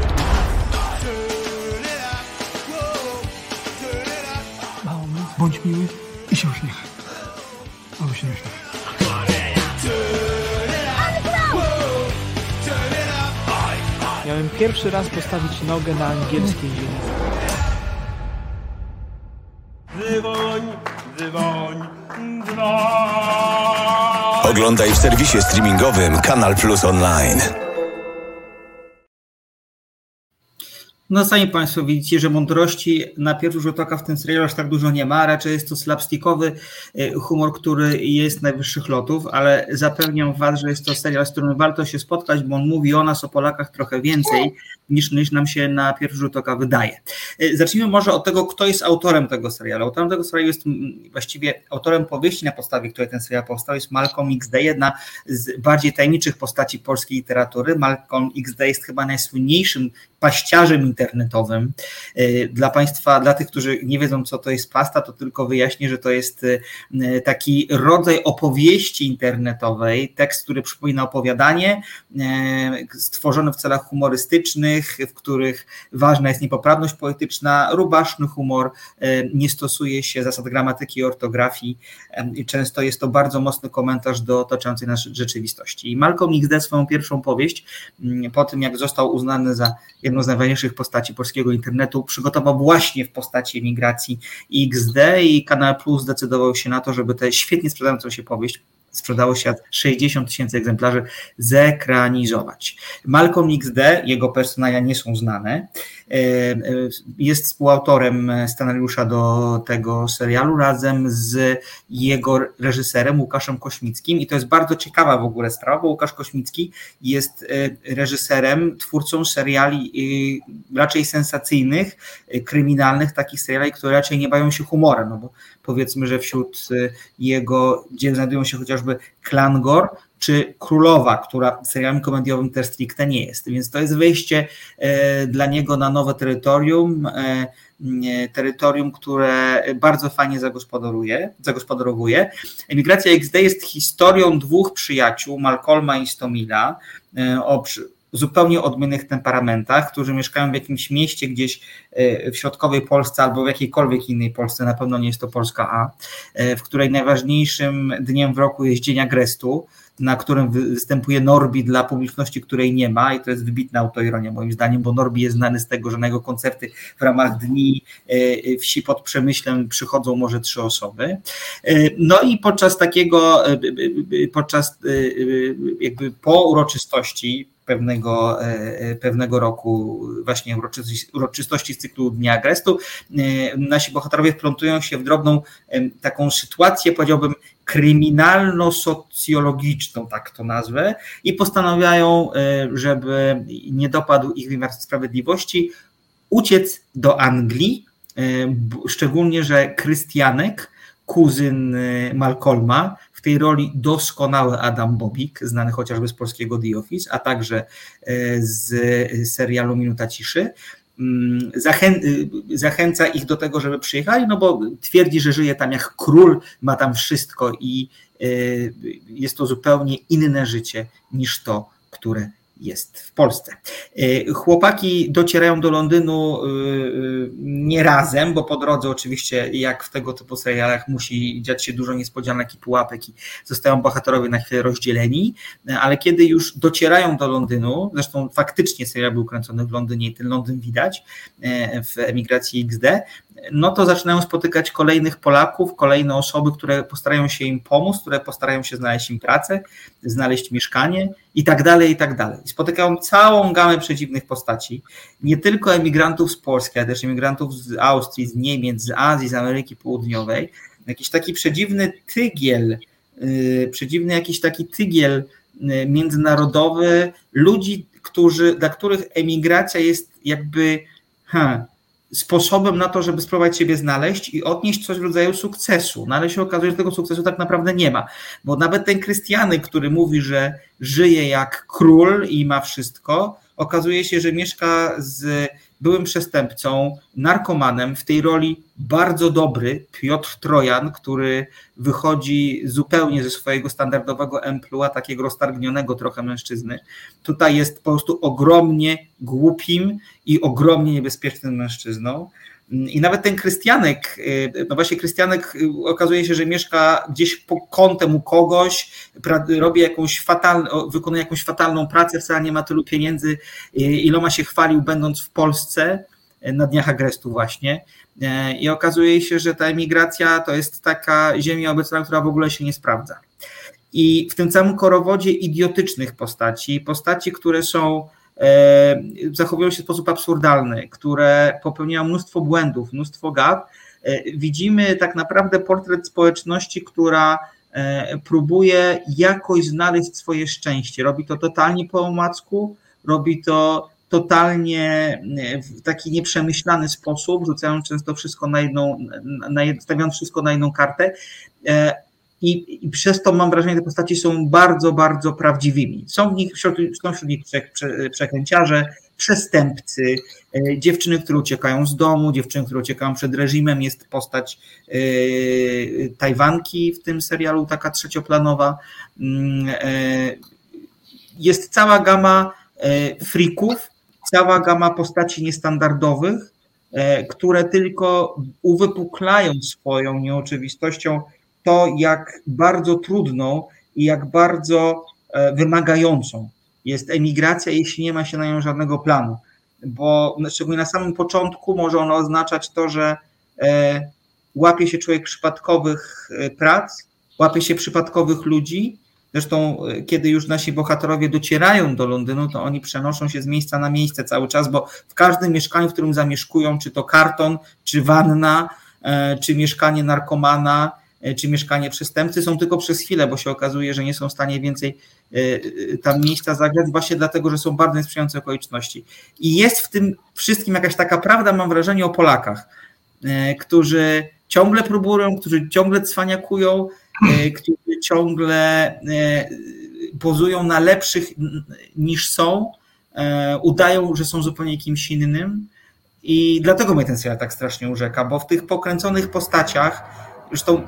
Mało, bądź miły i się uśmiech. Albo się nie uśmiech. Miałem pierwszy raz postawić nogę na angielskiej ziemi. Dzwoń, dzwoń, dzwoń. Oglądaj w serwisie streamingowym Kanal Plus Online. No sami Państwo widzicie, że mądrości na pierwszy rzut oka w tym serialu aż tak dużo nie ma, raczej jest to slapstickowy humor, który jest najwyższych lotów, ale zapewniam Was, że jest to serial, z którym warto się spotkać, bo on mówi o nas, o Polakach trochę więcej niż, niż nam się na pierwszy rzut oka wydaje. Zacznijmy może od tego, kto jest autorem tego serialu. Autorem tego serialu jest właściwie autorem powieści, na podstawie której ten serial powstał, jest Malcolm X D, jedna z bardziej tajemniczych postaci polskiej literatury. Malcolm X D jest chyba najsłynniejszym paściarzem internetowym. Dla Państwa, dla tych, którzy nie wiedzą, co to jest pasta, to tylko wyjaśnię, że to jest taki rodzaj opowieści internetowej, tekst, który przypomina opowiadanie, stworzony w celach humorystycznych, w których ważna jest niepoprawność poetyczna, rubaszny humor, nie stosuje się zasad gramatyki i ortografii i często jest to bardzo mocny komentarz do otaczającej nas rzeczywistości. I Malcolm X D swoją pierwszą powieść, po tym jak został uznany za jedną z najważniejszych postaci polskiego internetu, przygotował właśnie w postaci emigracji X D i Kanal Plus zdecydował się na to, żeby tę świetnie sprzedającą się powieść, sprzedało się sześćdziesiąt tysięcy egzemplarzy, zekranizować. Malcolm X D, jego personalia nie są znane, jest współautorem scenariusza do tego serialu razem z jego reżyserem Łukaszem Kośmickim i to jest bardzo ciekawa w ogóle sprawa, bo Łukasz Kośmicki jest reżyserem, twórcą seriali raczej sensacyjnych, kryminalnych, takich seriali, które raczej nie bawią się humorem, no bo powiedzmy, że wśród jego, gdzie znajdują się chociażby Klangor czy Królowa, która serialem komediowym też stricte nie jest, więc to jest wejście dla niego na nowe terytorium, terytorium, które bardzo fajnie zagospodaruje, zagospodarowuje. Emigracja X D jest historią dwóch przyjaciół, Malcolma i Stomila, o zupełnie odmiennych temperamentach, którzy mieszkają w jakimś mieście gdzieś w środkowej Polsce albo w jakiejkolwiek innej Polsce, na pewno nie jest to Polska A, w której najważniejszym dniem w roku jest Dzień Agrestu, na którym występuje Norbi dla publiczności, której nie ma i to jest wybitna autoironia moim zdaniem, bo Norbi jest znany z tego, że na jego koncerty w ramach Dni Wsi pod Przemyślem przychodzą może trzy osoby. No i podczas takiego, podczas jakby po uroczystości pewnego, pewnego roku właśnie uroczystości, uroczystości z cyklu Dnia Agrestu, nasi bohaterowie wplątują się w drobną taką sytuację, powiedziałbym, kryminalno-socjologiczną, tak to nazwę, i postanawiają, żeby nie dopadł ich wymiar sprawiedliwości, uciec do Anglii, szczególnie, że Krystianek, kuzyn Malcolma, w tej roli doskonały Adam Bobik, znany chociażby z polskiego The Office, a także z serialu Minuta Ciszy, Zachę- zachęca ich do tego, żeby przyjechali, no bo twierdzi, że żyje tam jak król, ma tam wszystko i jest to zupełnie inne życie niż to, które jest w Polsce. Chłopaki docierają do Londynu nie razem, bo po drodze oczywiście, jak w tego typu serialach, musi dziać się dużo niespodzianek i pułapek i zostają bohaterowie na chwilę rozdzieleni, ale kiedy już docierają do Londynu, zresztą faktycznie serial był kręcony w Londynie i ten Londyn widać w Emigracji X D, no to zaczynają spotykać kolejnych Polaków, kolejne osoby, które postarają się im pomóc, które postarają się znaleźć im pracę, znaleźć mieszkanie i tak dalej, i tak dalej. Spotykają całą gamę przedziwnych postaci, nie tylko emigrantów z Polski, ale też emigrantów z Austrii, z Niemiec, z Azji, z Ameryki Południowej. Jakiś taki przedziwny tygiel przedziwny jakiś taki tygiel międzynarodowy ludzi, którzy, dla których emigracja jest jakby hmm, sposobem na to, żeby spróbować siebie znaleźć i odnieść coś w rodzaju sukcesu. No ale się okazuje, że tego sukcesu tak naprawdę nie ma. Bo nawet ten Krystianek, który mówi, że żyje jak król i ma wszystko, okazuje się, że mieszka z byłym przestępcą, narkomanem, w tej roli bardzo dobry Piotr Trojan, który wychodzi zupełnie ze swojego standardowego emploi, takiego roztargnionego trochę mężczyzny. Tutaj jest po prostu ogromnie głupim i ogromnie niebezpiecznym mężczyzną. I nawet ten Krystianek, no właśnie Krystianek okazuje się, że mieszka gdzieś pod kątem u kogoś, robi jakąś fatalną, wykonuje jakąś fatalną pracę, wcale nie ma tylu pieniędzy, iloma się chwalił będąc w Polsce na dniach Agrestu właśnie. I okazuje się, że ta emigracja to jest taka ziemia obecna, która w ogóle się nie sprawdza. I w tym całym korowodzie idiotycznych postaci, postaci, które są zachowują się w sposób absurdalny, które popełniają mnóstwo błędów, mnóstwo gaf, widzimy tak naprawdę portret społeczności, która próbuje jakoś znaleźć swoje szczęście. Robi to totalnie po omacku, robi to totalnie w taki nieprzemyślany sposób, rzucając często wszystko na jedną, na, stawiając wszystko na jedną kartę. I, I przez to mam wrażenie, że te postaci są bardzo, bardzo prawdziwymi. Są w nich, są wśród nich prze, prze, przekręciarze, przestępcy, e, dziewczyny, które uciekają z domu, dziewczyny, które uciekają przed reżimem. Jest postać e, Tajwanki w tym serialu, taka trzecioplanowa. E, jest cała gama e, frików, cała gama postaci niestandardowych, e, które tylko uwypuklają swoją nieoczywistością to, jak bardzo trudną i jak bardzo wymagającą jest emigracja, jeśli nie ma się na nią żadnego planu. Bo szczególnie na samym początku może ona oznaczać to, że łapie się człowiek przypadkowych prac, łapie się przypadkowych ludzi. Zresztą kiedy już nasi bohaterowie docierają do Londynu, to oni przenoszą się z miejsca na miejsce cały czas, bo w każdym mieszkaniu, w którym zamieszkują, czy to karton, czy wanna, czy mieszkanie narkomana, czy mieszkanie przestępcy, są tylko przez chwilę, bo się okazuje, że nie są w stanie więcej tam miejsca zagrać, właśnie dlatego, że są bardzo niesprzyjające okoliczności. I jest w tym wszystkim jakaś taka prawda, mam wrażenie, o Polakach, którzy ciągle próbują, którzy ciągle cwaniakują, którzy ciągle pozują na lepszych niż są, udają, że są zupełnie kimś innym i dlatego mnie ten serial tak strasznie urzeka, bo w tych pokręconych postaciach, zresztą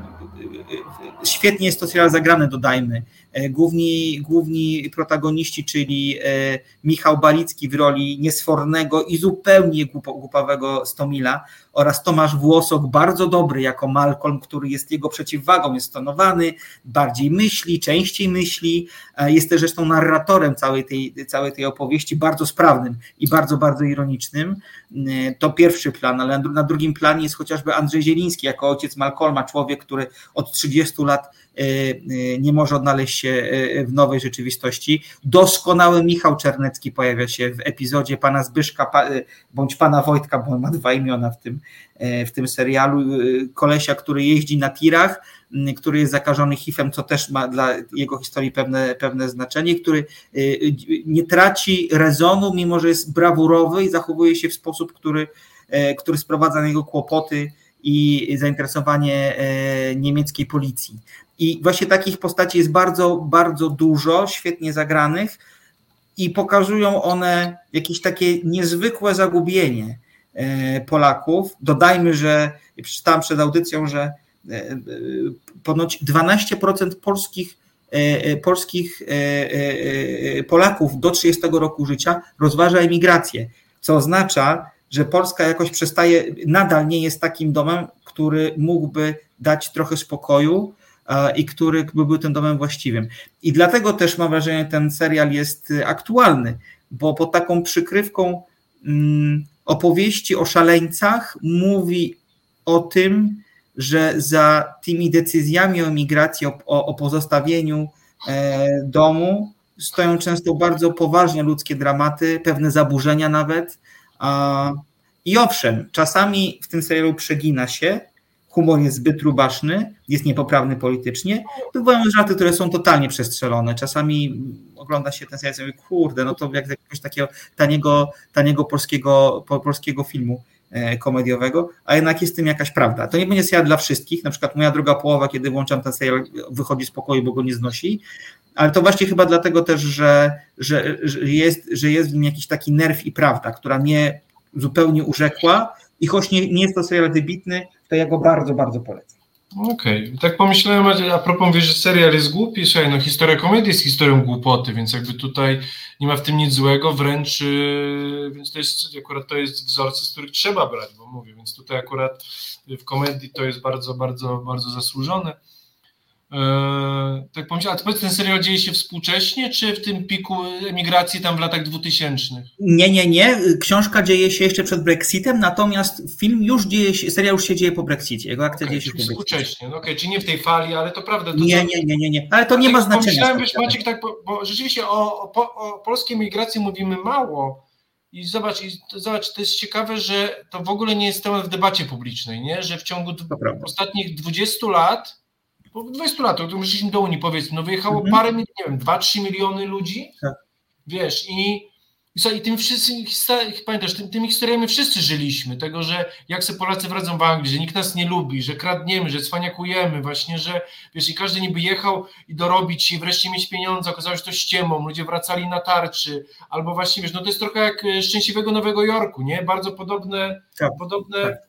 świetnie jest to serial zagrany, dodajmy. Główni, główni protagoniści, czyli Michał Balicki w roli niesfornego i zupełnie głupawego Stomila oraz Tomasz Włosok, bardzo dobry jako Malcolm, który jest jego przeciwwagą, jest stonowany, bardziej myśli, częściej myśli, jest też zresztą narratorem całej tej, całej tej opowieści, bardzo sprawnym i bardzo, bardzo ironicznym. To pierwszy plan, ale na drugim planie jest chociażby Andrzej Zieliński jako ojciec Malcolma, człowiek, który od trzydziestu lat nie może odnaleźć się w nowej rzeczywistości. Doskonały Michał Czernecki pojawia się w epizodzie pana Zbyszka bądź pana Wojtka, bo on ma dwa imiona w tym, w tym serialu. Kolesia, który jeździ na tirach, który jest zakażony H I V-em, co też ma dla jego historii pewne, pewne znaczenie, który nie traci rezonu, mimo że jest brawurowy i zachowuje się w sposób, który, który sprowadza na jego kłopoty i zainteresowanie niemieckiej policji. I właśnie takich postaci jest bardzo, bardzo dużo, świetnie zagranych i pokazują one jakieś takie niezwykłe zagubienie Polaków. Dodajmy, że przeczytałem przed audycją, że ponoć dwanaście procent polskich, polskich Polaków do trzydziestego roku życia rozważa emigrację, co oznacza, że Polska jakoś przestaje, nadal nie jest takim domem, który mógłby dać trochę spokoju i który by był tym domem właściwym. I dlatego też mam wrażenie, że ten serial jest aktualny, bo pod taką przykrywką opowieści o szaleńcach mówi o tym, że za tymi decyzjami o emigracji, o, o pozostawieniu domu stoją często bardzo poważne ludzkie dramaty, pewne zaburzenia nawet. I owszem, czasami w tym serialu przegina się, humor jest zbyt rubaszny, jest niepoprawny politycznie. Bywają żarty, które są totalnie przestrzelone. Czasami ogląda się ten serial i mówi, kurde, no to jak z jakiegoś takiego taniego, taniego polskiego, polskiego filmu komediowego, a jednak jest w tym jakaś prawda. To nie będzie serial dla wszystkich, na przykład moja druga połowa, kiedy włączam ten serial, wychodzi z pokoju, bo go nie znosi, ale to właśnie chyba dlatego też, że, że, że, jest, że jest w nim jakiś taki nerw i prawda, która mnie zupełnie urzekła i choć nie, nie jest to serial wybitny, to ja go bardzo, bardzo polecam. Okej, okay. Tak pomyślałem, a propos mówię, że serial jest głupi, słuchaj, no historia komedii jest historią głupoty, więc jakby tutaj nie ma w tym nic złego, wręcz, yy, więc to jest, akurat to jest wzorce, z których trzeba brać, bo mówię, więc tutaj akurat w komedii to jest bardzo, bardzo, bardzo zasłużone. Yy, tak pomyślałem, a powiedz, ten serial dzieje się współcześnie, czy w tym piku emigracji tam w latach dwutysięcznych? Nie, nie, nie. Książka dzieje się jeszcze przed Brexitem, natomiast film już dzieje się, serial już się dzieje po Brexicie. Jego akcja okay, dzieje się po współcześnie, no okej, okay, czyli nie w tej fali, ale to prawda. To nie, nie, nie, nie, nie, ale to nie ma znaczenia. Pomyślałem, wiesz, Maciek, tak, bo, bo rzeczywiście o, o, o polskiej emigracji mówimy mało i zobacz, i zobacz, to jest ciekawe, że to w ogóle nie jest temat w debacie publicznej, nie? Że w ciągu d- ostatnich dwudziestu lat po dwudziestu latach, to myśleliśmy do Unii, powiedzmy, no wyjechało mm-hmm. parę, nie wiem, dwa trzy miliony ludzi, tak. Wiesz, i, i, i tym wszyscy, pamiętasz, tym, tymi historiami wszyscy żyliśmy, tego, że jak se Polacy wracą w Anglii, że nikt nas nie lubi, że kradniemy, że cwaniakujemy, właśnie, że wiesz, i każdy niby jechał i dorobić się i wreszcie mieć pieniądze, okazało się to ściemą, ludzie wracali na tarczy, albo właśnie, wiesz, no to jest trochę jak Szczęśliwego Nowego Jorku, nie? Bardzo podobne, tak. podobne, tak.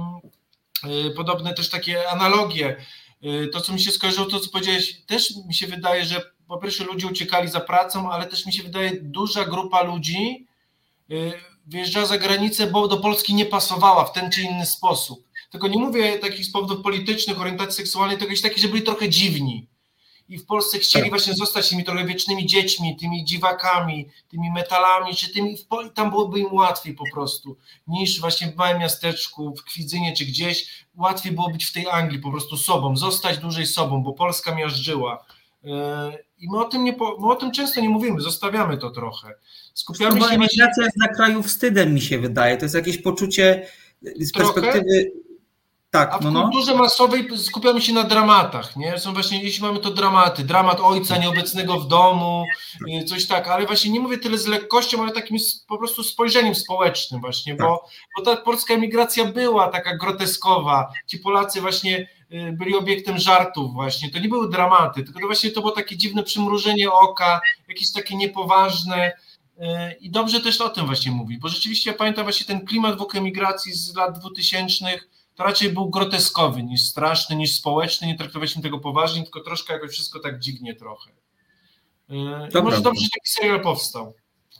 Mm, y, podobne też takie analogie. To, co mi się skojarzyło, to co powiedziałeś, też mi się wydaje, że po pierwsze ludzie uciekali za pracą, ale też mi się wydaje, duża grupa ludzi wyjeżdżała za granicę, bo do Polski nie pasowała w ten czy inny sposób. Tylko nie mówię takich z powodów politycznych, orientacji seksualnej, tylko jest taki, że byli trochę dziwni. I w Polsce chcieli właśnie zostać tymi trochę wiecznymi dziećmi, tymi dziwakami, tymi metalami, czy tymi, tam byłoby im łatwiej po prostu, niż właśnie w małym miasteczku, w Kwidzynie czy gdzieś, łatwiej było być w tej Anglii po prostu sobą, zostać dłużej sobą, bo Polska miażdżyła. I my o tym, nie, my o tym często nie mówimy, zostawiamy to trochę. Skupiamy się... Emigracja jest dla kraju wstydem, mi się wydaje, to jest jakieś poczucie z perspektywy... Trochę? Tak, a w no, no. kulturze masowej skupiamy się na dramatach, nie? Są właśnie, jeśli mamy to dramaty, dramat ojca nieobecnego w domu, coś tak, ale właśnie nie mówię tyle z lekkością, ale takim po prostu spojrzeniem społecznym właśnie, tak. bo, bo ta polska emigracja była taka groteskowa, ci Polacy właśnie byli obiektem żartów właśnie, to nie były dramaty, tylko to właśnie to było takie dziwne przymrużenie oka, jakieś takie niepoważne i dobrze też o tym właśnie mówi, bo rzeczywiście ja pamiętam właśnie ten klimat wokół emigracji z lat dwutysięcznych, to raczej był groteskowy niż straszny, niż społeczny, nie traktowaliśmy tego poważnie, tylko troszkę jakoś wszystko tak dziwnie trochę. I może dobrze, że taki serial powstał.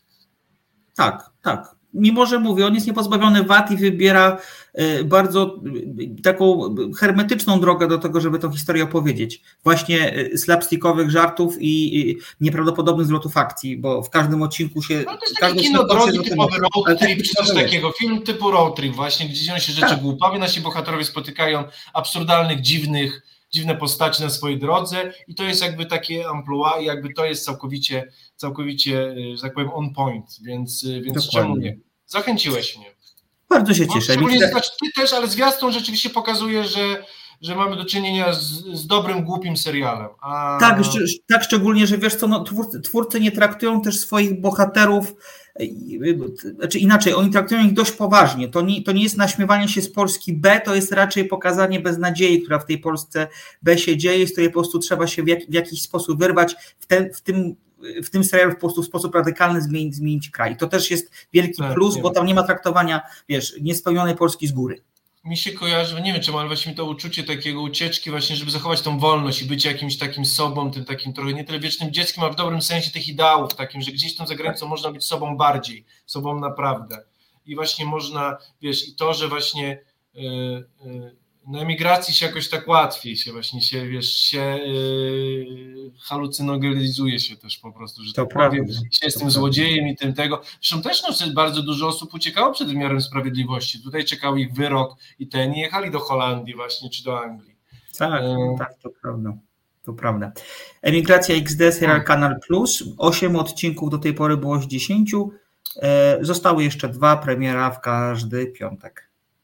Tak, tak. Mimo że mówię, on jest niepozbawiony wad i wybiera bardzo taką hermetyczną drogę do tego, żeby tą historię opowiedzieć. Właśnie slapstickowych żartów i nieprawdopodobnych zwrotów akcji, bo w każdym odcinku się... No to jest taki kino drogi, typowy road trip, czy coś takiego, film typu road trip właśnie, gdzie dzieją się rzeczy tak. głupawe, nasi bohaterowie spotykają absurdalnych, dziwnych, dziwne postaci na swojej drodze i to jest jakby takie amplua i jakby to jest całkowicie, całkowicie, że tak powiem, on point, więc, więc czemu nie? Zachęciłeś mnie. Bardzo się cieszę. Szczególnie, znaczy ty też, ale zwiastun rzeczywiście pokazuje, że, że mamy do czynienia z, z dobrym, głupim serialem. A... Tak, tak, szczególnie, że wiesz co, no, twórcy, twórcy nie traktują też swoich bohaterów, znaczy inaczej, oni traktują ich dość poważnie. To nie, to nie jest naśmiewanie się z Polski B, to jest raczej pokazanie beznadziei, która w tej Polsce B się dzieje, z której po prostu trzeba się w, jak, w jakiś sposób wyrwać, w, ten, w tym w tym serialu po prostu w sposób radykalny zmienić, zmienić kraj. To też jest wielki tak, plus, bo tam nie ma traktowania, wiesz, niespełnionej Polski z góry. Mi się kojarzy, nie wiem czemu, ale właśnie to uczucie takiego ucieczki właśnie, żeby zachować tą wolność i być jakimś takim sobą, tym takim trochę nie tyle wiecznym dzieckiem, a w dobrym sensie tych ideałów, takim, że gdzieś tam za granicą można być sobą bardziej, sobą naprawdę. I właśnie można, wiesz, i to, że właśnie yy, yy, na emigracji się jakoś tak łatwiej się właśnie się, wiesz, się yy, halucynogenizuje się też po prostu, że to tak powiem, się z tym złodziejem i tym tego. Zresztą też no, bardzo dużo osób uciekało przed wymiarem sprawiedliwości. Tutaj czekał ich wyrok i te nie jechali do Holandii właśnie, czy do Anglii. Tak, yy. tak, to prawda. To prawda. Emigracja X D, serial Kanal Plus. Osiem odcinków do tej pory było z dziesięciu. Zostały jeszcze dwa, premiera w każdy piątek.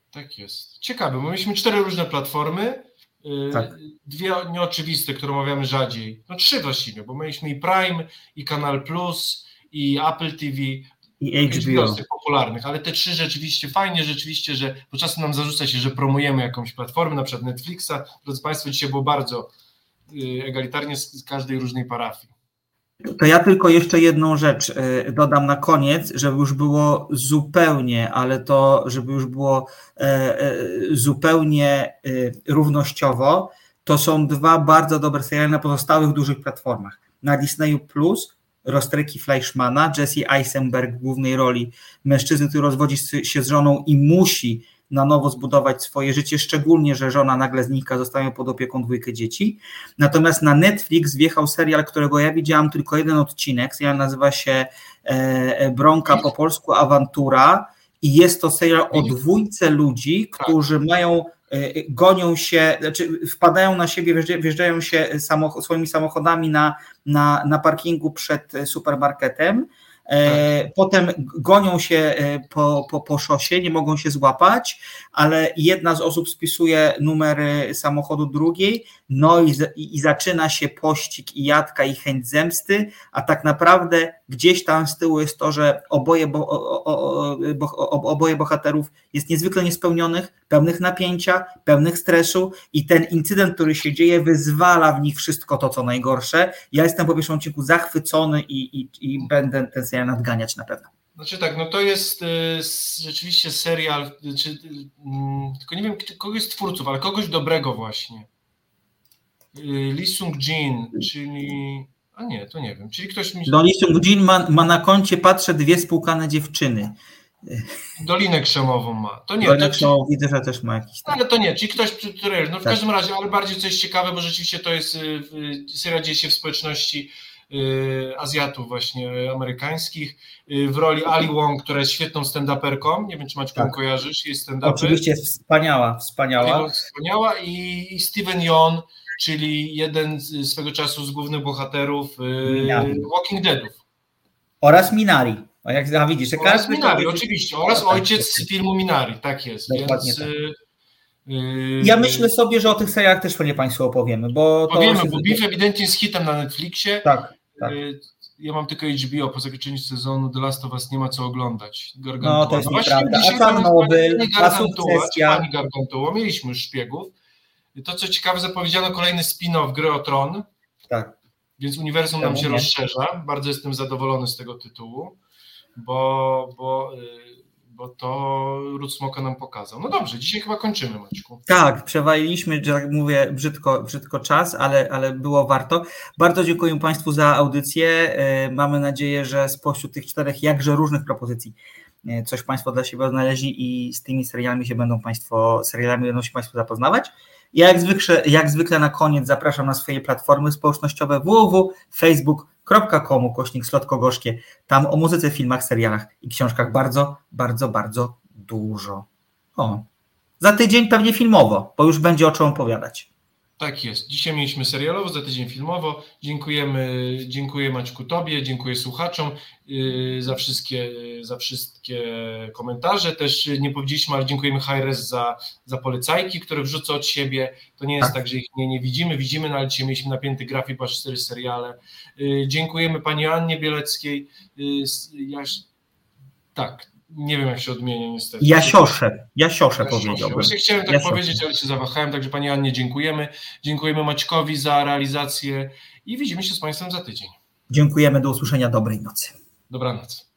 Tak jest. Ciekawe, bo mieliśmy cztery różne platformy, Tak. dwie nieoczywiste, które omawiamy rzadziej. No trzy właściwie, bo mieliśmy i Prime, i Kanal Plus, i Apple T V, i H B O z tych popularnych, ale te trzy rzeczywiście fajnie, rzeczywiście, że bo czasem nam zarzuca się, że promujemy jakąś platformę, na przykład Netflixa. Drodzy Państwo, dzisiaj było bardzo egalitarnie z każdej różnej parafii. To ja tylko jeszcze jedną rzecz dodam na koniec, żeby już było zupełnie, ale to, żeby już było zupełnie równościowo, to są dwa bardzo dobre seriale na pozostałych dużych platformach. Na Disneyu Plus Rozterki Fleischmana, Jesse Eisenberg w głównej roli mężczyzny, który rozwodzi się z żoną i musi na nowo zbudować swoje życie, szczególnie, że żona nagle znika, zostają pod opieką dwójkę dzieci. Natomiast na Netflix wjechał serial, którego ja widziałam tylko jeden odcinek, serial nazywa się e, Bronka, po polsku Awantura i jest to serial o dwójce ludzi, którzy mają, e, gonią się, znaczy wpadają na siebie, wjeżdżają się samoch- swoimi samochodami na, na, na parkingu przed supermarketem. Tak. Potem gonią się po, po, po szosie, nie mogą się złapać, ale jedna z osób spisuje numery samochodu drugiej, no i, i, i zaczyna się pościg i jadka i chęć zemsty, a tak naprawdę gdzieś tam z tyłu jest to, że oboje, bo, o, o, o, oboje bohaterów jest niezwykle niespełnionych, pełnych napięcia, pełnych stresu i ten incydent, który się dzieje, wyzwala w nich wszystko to, co najgorsze. Ja jestem po pierwszym odcinku zachwycony i, i, i będę ten serial nadganiać na pewno. Znaczy tak, no to jest y, rzeczywiście serial, czy, y, y, tylko nie wiem kogoś z twórców, ale kogoś dobrego właśnie. Y, Lee Sung-jin, czyli... A nie, to nie wiem, czyli ktoś mi... No Lee Sung-jin ma, ma na koncie, patrzę, dwie spłukane dziewczyny. Dolinę Krzemową ma. To nie, Dolinę to, Krzemową widzę, że też ma jakiś... Ale to nie, czyli ktoś, który... No w tak. każdym razie, ale bardziej coś ciekawe, bo rzeczywiście to jest y, serial dzieje się w społeczności Azjatów właśnie amerykańskich, w roli Ali Wong, która jest świetną stand-uperką, nie wiem czy Maćku tak. kojarzysz, jest stand-uper. Oczywiście jest wspaniała, wspaniała. Wspaniała i, i Steven Yeun, czyli jeden z swego czasu z głównych bohaterów Minari. Walking Deadów. Oraz Minari. O, jak a widzisz, oraz każdy Minari, oczywiście, oraz tak, ojciec z filmu Minari, tak jest. Dokładnie Więc, tak. Ja myślę sobie, że o tych serialach też pewnie Państwu opowiemy. Bo Powiemy, to... bo Beef ewidentnie jest hitem na Netflixie. Tak, tak. Ja mam tylko H B O, po zakończeniu sezonu The Last of Us nie ma co oglądać. Gargantua. No to jest no nieprawda. A Czarnobyl, a Sukcesja. Pani Gargantua, mieliśmy już szpiegów. To co ciekawe, zapowiedziano kolejny spin-off Gry o Tron. Tak. Więc uniwersum nam się nie. rozszerza. Bardzo jestem zadowolony z tego tytułu, bo, bo, bo to Ród Smoka nam pokazał. No dobrze, dzisiaj chyba kończymy, Maćku. Tak, przewaliliśmy, że tak mówię, brzydko, brzydko czas, ale, ale było warto. Bardzo dziękuję Państwu za audycję. Mamy nadzieję, że spośród tych czterech jakże różnych propozycji coś Państwo dla siebie znaleźli i z tymi serialami się będą Państwo, serialami będą się Państwo zapoznawać. Ja jak zwykle, jak zwykle na koniec zapraszam na swoje platformy społecznościowe w w w kropka facebook kropka com ukośnik Slotko Gorzkie. Tam o muzyce, filmach, serialach i książkach bardzo, bardzo, bardzo dużo. O, za tydzień pewnie filmowo, bo już będzie o czym opowiadać. Tak jest. Dzisiaj mieliśmy serialowo, za tydzień filmowo. Dziękujemy, dziękuję Maćku Tobie, dziękuję słuchaczom yy, za wszystkie, za wszystkie komentarze. Też nie powiedzieliśmy, ale dziękujemy Hi-Res za, za polecajki, które wrzuca od siebie. To nie jest tak, tak że ich nie, nie widzimy, widzimy, no ale dzisiaj mieliśmy napięty grafik, aż cztery seriale. Yy, dziękujemy Pani Annie Bieleckiej. Yy, Jaś... Tak. Nie wiem, jak się odmienia niestety. Jasiosze, Jasiosze powiedziałbym. Właśnie chciałem tak Jasiosze. powiedzieć, ale się zawahałem, także Pani Annie dziękujemy. Dziękujemy Maćkowi za realizację i widzimy się z Państwem za tydzień. Dziękujemy, do usłyszenia, dobrej nocy. Dobranoc.